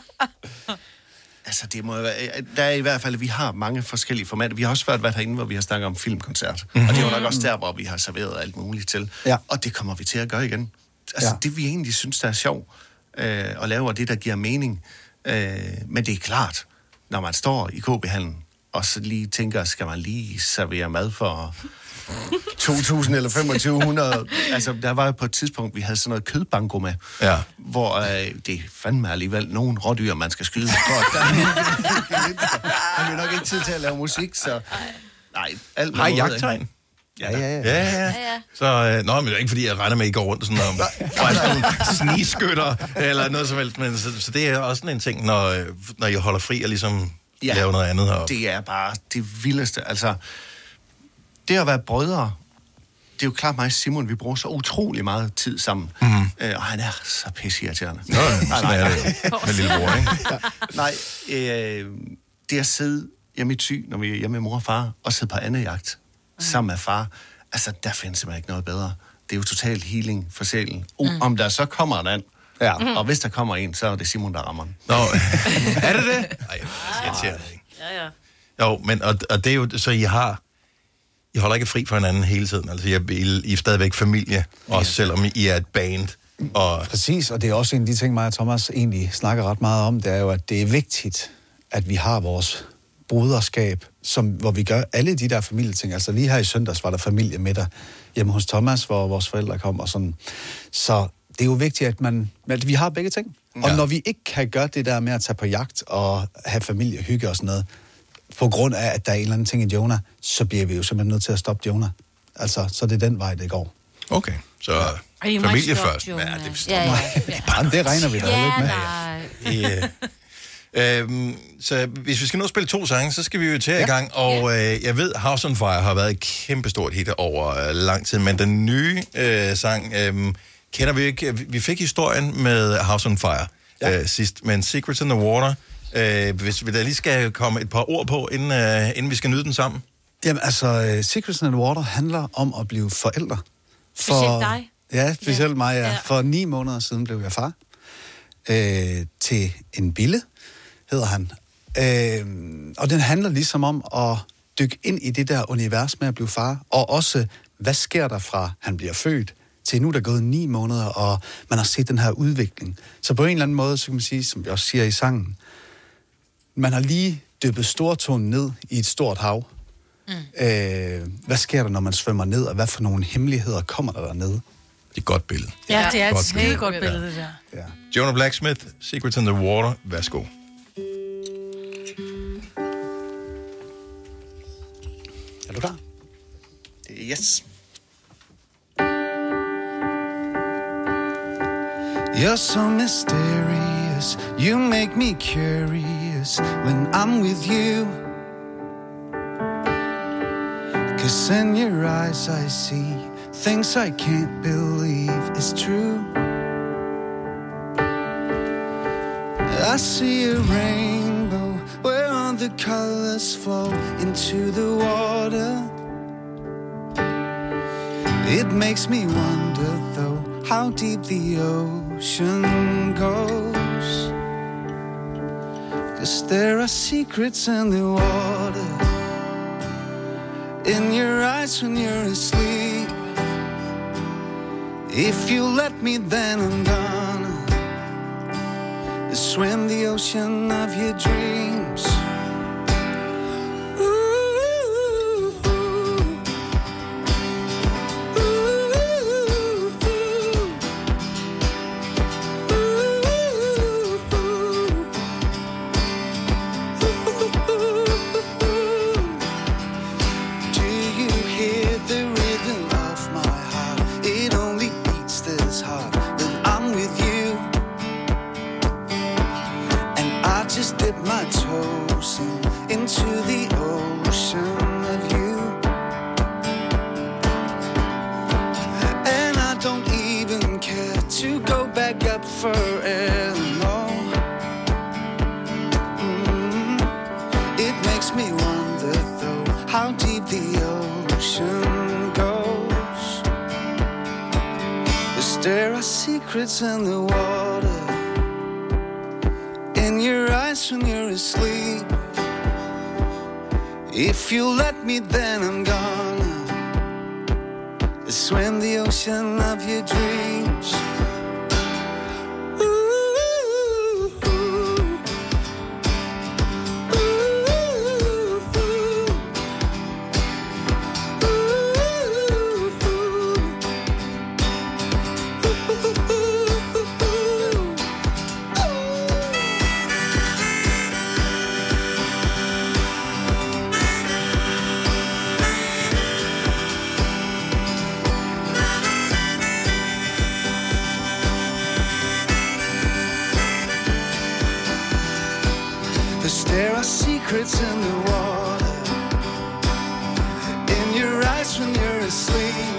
Altså, det må jo være... Der er i hvert fald, vi har mange forskellige formater. Vi har også været, været herinde, hvor vi har snakket om filmkoncert. Mm-hmm. Og det er jo nok også der, hvor vi har serveret alt muligt til. Ja. Og det kommer vi til at gøre igen. Altså, ja. Det vi egentlig synes, der er sjov øh, at lave, og det, der giver mening. Øh, men det er klart, når man står i K B-hallen og så lige tænker, skal man lige servere mad for to tusind eller femogtyve hundrede? Altså, der var jo på et tidspunkt, vi havde sådan noget kødbanko med, ja. hvor øh, det fandme alligevel nogle rådyr, man skal skyde. Godt, der har vi nok ikke tid til at lave musik, så nej, alt Har I jagttegn? Ja, ja, ja. ja, ja. ja. Så, øh, nå, men det er ikke, fordi jeg regner med, at I går rundt sådan om nogle snigskytter eller noget som helst, men så, så det er også sådan en ting, når, når I holder fri og ligesom ja, laver noget andet heroppe. Det er bare det vildeste. Altså, det at være brødre, det er jo klart mig og Simon, vi bruger så utrolig meget tid sammen. Mm-hmm. Øh, og han er så pisseirriterende. Nå, sådan er det jo. Med lillebror, ikke? Ja. Nej, øh, det at sidde hjemme i Thy, når vi er hjemme med mor og far, og sidde på andejagt sammen med far, altså, der findes simpelthen ikke noget bedre. Det er jo total healing for sjælen. Uh, mm. Om der så kommer en anden, ja. mm. og hvis der kommer en, så er det Simon, der rammer den. Nå, er det det? Nej, jeg siger det ikke. Ja, ja. Jo, men og, og det er jo, så I har, I holder ikke fri for hinanden hele tiden. Altså, I er, I er stadigvæk familie, også ja. selvom I er et band. Og... Præcis, og det er også en af de ting, mig og Thomas egentlig snakker ret meget om, det er jo, at det er vigtigt, at vi har vores broderskab, som, hvor vi gør alle de der familieting. Altså lige her i søndags var der familiemiddag hjemme hos Thomas, hvor vores forældre kom og sådan. Så det er jo vigtigt, at, man, at vi har begge ting. Ja. Og når vi ikke kan gøre det der med at tage på jagt og have familiehygge og sådan noget, på grund af, at der er en eller anden ting i Jonah, så bliver vi jo simpelthen nødt til at stoppe Jonah. Altså, så det er den vej, det går. Okay, så ja. familie først. Ja, det forstår ja, ja, ja. Jamen, det regner vi da ja, lidt med. Nej. Yeah. Øhm, så hvis vi skal nå at spille to sange, så skal vi jo til ja. i gang. Og øh, jeg ved, House on Fire har været et kæmpestort hit over øh, lang tid, men den nye øh, sang øh, kender vi ikke. Vi fik historien med House on Fire ja. øh, sidst, men Secrets in the Water, øh, hvis vi da lige skal komme et par ord på, inden, øh, inden vi skal nyde den sammen. Jamen altså, uh, Secrets in the Water handler om at blive forældre. For, specielt dig. Ja, specielt ja. mig, ja. ja. For ni måneder siden blev jeg far øh, til en bille, hedder han. Øh, og den handler ligesom om at dykke ind i det der univers med at blive far, og også, hvad sker der fra, han bliver født, til nu der er gået ni måneder, og man har set den her udvikling. Så på en eller anden måde, så kan man sige, som vi også siger i sangen, man har lige dyppet stortåen ned i et stort hav. Mm. Øh, hvad sker der, når man svømmer ned, og hvad for nogle hemmeligheder kommer der dernede? Det er et godt billede. Ja, det er godt et skide godt billede, det der. Ja. Jonah Blacksmith, Secrets in the Water, værsgo. Er du klar? Yes. You're so mysterious, you make me curious when I'm with you. 'Cause in your eyes I see things I can't believe is true. I see a rainbow where all the colors flow into the water. It makes me wonder though how deep the ocean goes. 'Cause there are secrets in the water, in your eyes when you're asleep. If you let me, then I'm gonna swim the ocean of your dreams. Secrets in the water, in your eyes when you're asleep. If you let me, then I'm gonna swim the ocean of your dreams. Ooh, ooh, ooh, ooh. secrets in the water, in your eyes when you're asleep.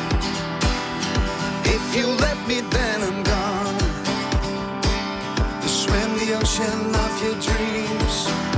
If you let me, then I'm gone to swim the ocean of your dreams.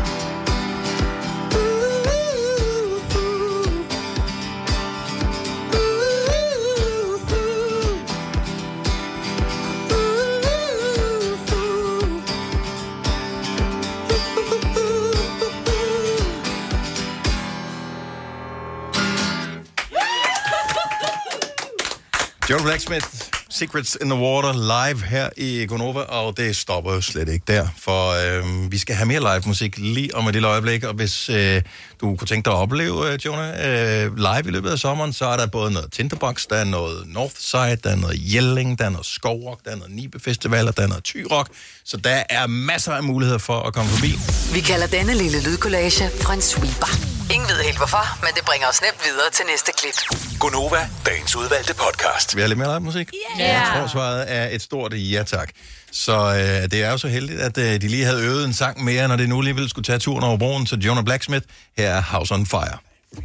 Johnny Blacksmith, Secrets in the Water, live her i Gonova, og det stopper jo slet ikke der, for øh, vi skal have mere live musik lige om et lille øjeblik, og hvis øh, du kunne tænke dig at opleve, øh, Jonah, øh, live i løbet af sommeren, så er der både noget Tinderbox, der er noget Northside, der er noget Jelling, der er noget Skovrock, der er noget Nibe Festival, og der er noget Thyrock, så der er masser af muligheder for at komme forbi. Vi kalder denne lille lydkollage en sweeper. Ingen ved helt hvorfor, men det bringer os nemt videre til næste klip. Gonova, dagens udvalgte podcast. Vi har lidt mere live musik. Yeah. Jeg tror, svaret er et stort ja tak. Så øh, det er jo så heldigt, at øh, de lige havde øvet en sang mere, når det nu alligevel skulle tage turen over broen til Johnny Blacksmith. Her er House on Fire.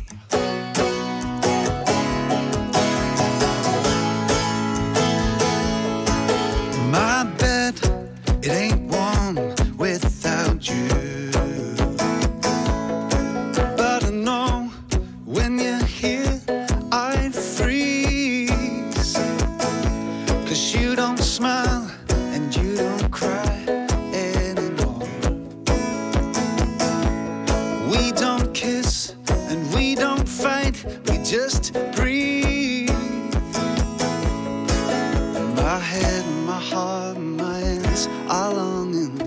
My bed, it ain't warm without you. But I know when you're here, I freeze. 'Cause you don't smile and you don't cry anymore. We don't kiss and we don't fight, we just breathe. My head, my heart, my hands are longing.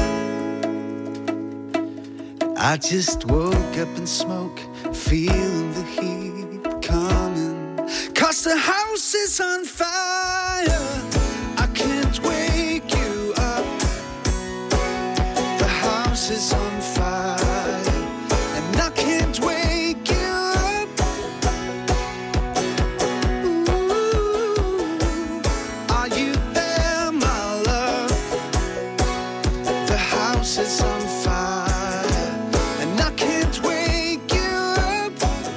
I just woke up in smoke, feeling the heat coming. 'Cause the house is on fire, I can't wake you up. The house is on fire, and I can't wake you up. Ooh, are you there, my love? The house is on fire, and I can't wake you up.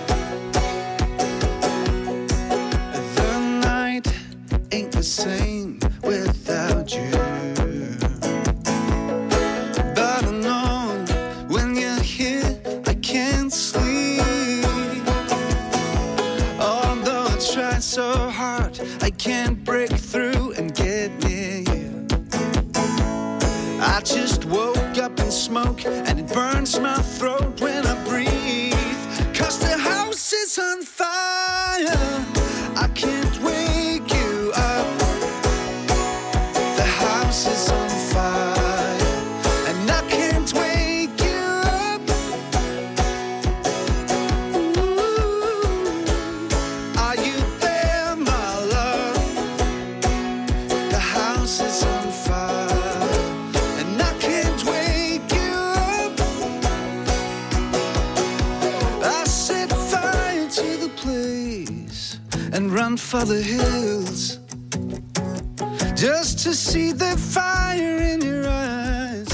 The night ain't the same without you. But I know when you're here, I can't sleep. Although I try so hard, I can't break through and get near you. I just woke up in smoke and it burns my throat when I breathe. 'Cause the house is on fire, I can't wake you up. The house is on fire, and I can't wake you up. Ooh, are you there, my love? The house is on fire, and I can't wake you up. I set fire to the place and run for the hills, just to see the fire in your eyes.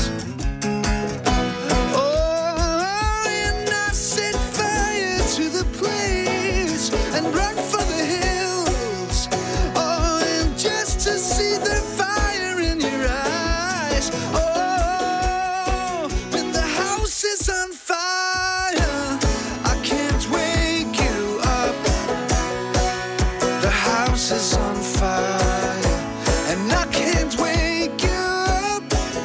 Oh, and I set fire to the place and run for the hills. Oh, and just to see the fire in your eyes. Oh, when the house is on fire, I can't wake you up. The house is on fire, and I can't wake you up.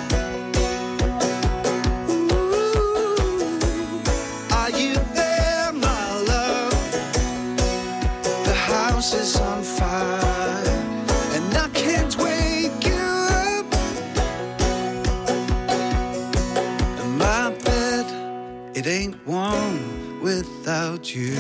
Ooh, are you there, my love? The house is on fire, and I can't wake you up. My bed, it ain't warm without you.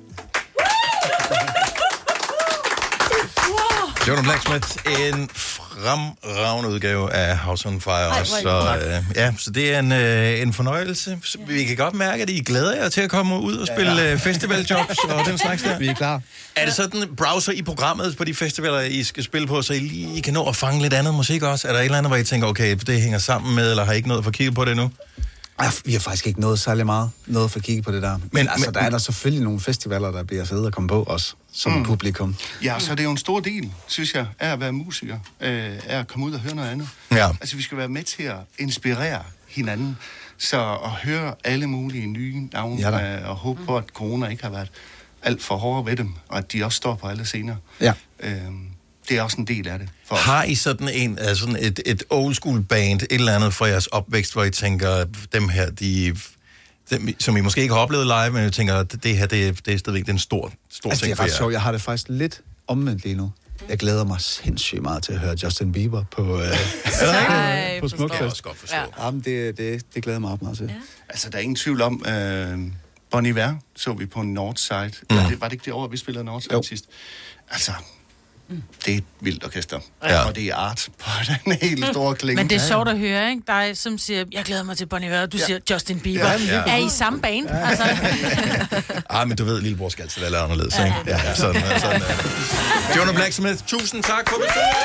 Johnny Blacksmith, en fremragende udgave af House on Fire. Ej, også. hvor er Så, det øh, ja, så det er en, øh, en fornøjelse. Så vi kan godt mærke, at I glæder jer til at komme ud og spille ja, ja. festivaljobs og den slags der. Vi er klar. Er det sådan, browser i programmet på de festivaler, I skal spille på, så I lige I kan nå at fange lidt andet musik også? Er der et eller andet, hvor I tænker, okay, det hænger sammen med, eller har I ikke noget at få kigget på det nu? Ja, vi har faktisk ikke nået særlig meget noget for at kigge på det der. Men, men altså, men, der er der selvfølgelig nogle festivaler, der bliver fede at komme på os som mm. publikum. Ja, så det er jo en stor del, synes jeg, af at være musiker. Øh, af at komme ud og høre noget andet. Ja. Altså, vi skal være med til at inspirere hinanden. Så at høre alle mulige nye navne, ja, øh, og håbe på, at corona ikke har været alt for hårde ved dem, og at de også står på alle scener. Ja. Øh, det er også en del af det. For Har I sådan en, altså sådan et, et old school band, et eller andet fra jeres opvækst, hvor I tænker, dem her, de, dem, som I måske ikke har oplevet live, men I tænker, det her, det, det er stadigvæk en stor, stor altså, ting det er for ret jer? sjovt. Jeg har det faktisk lidt omvendt lige nu. Jeg glæder mig sindssygt meget til at høre Justin Bieber på, øh, Ej, på forstår. Smukfest. Det kan jeg også godt forstå. Ja. Jamen, det, det, det glæder jeg mig op meget til. Ja. Altså, der er ingen tvivl om, øh, Bon Iver så vi på Northside. Mm. Ja, det, var det ikke det år, vi spillede Northside jo. sidst? Altså, mm. det er et vildt orkester. Ja. Og det er art på den helt store klinge. Men det er sjovt at høre, ikke? Dig, som siger, jeg glæder mig til Bon Iver, du ja. siger Justin Bieber. Ja, ja. Er I samme bane? Ja. Altså. Ah, men du ved, lillebror skal altid være lidt anderledes, ikke? Ja, ja. Sådan, sådan. Jonah Blacksmith, tusind tak for besøget!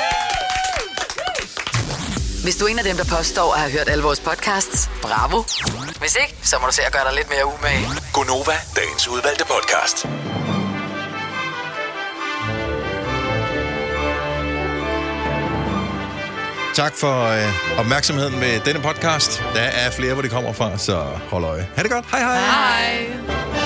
Hvis du er en af dem, der påstår at have hørt alle vores podcasts, bravo. Hvis ikke, så må du se at gøre dig lidt mere umage. Gonova, dagens udvalgte podcast. Tak for øh, opmærksomheden med denne podcast. Der er flere, hvor det kommer fra, så hold øje. Ha' det godt. Hej hej. Hej.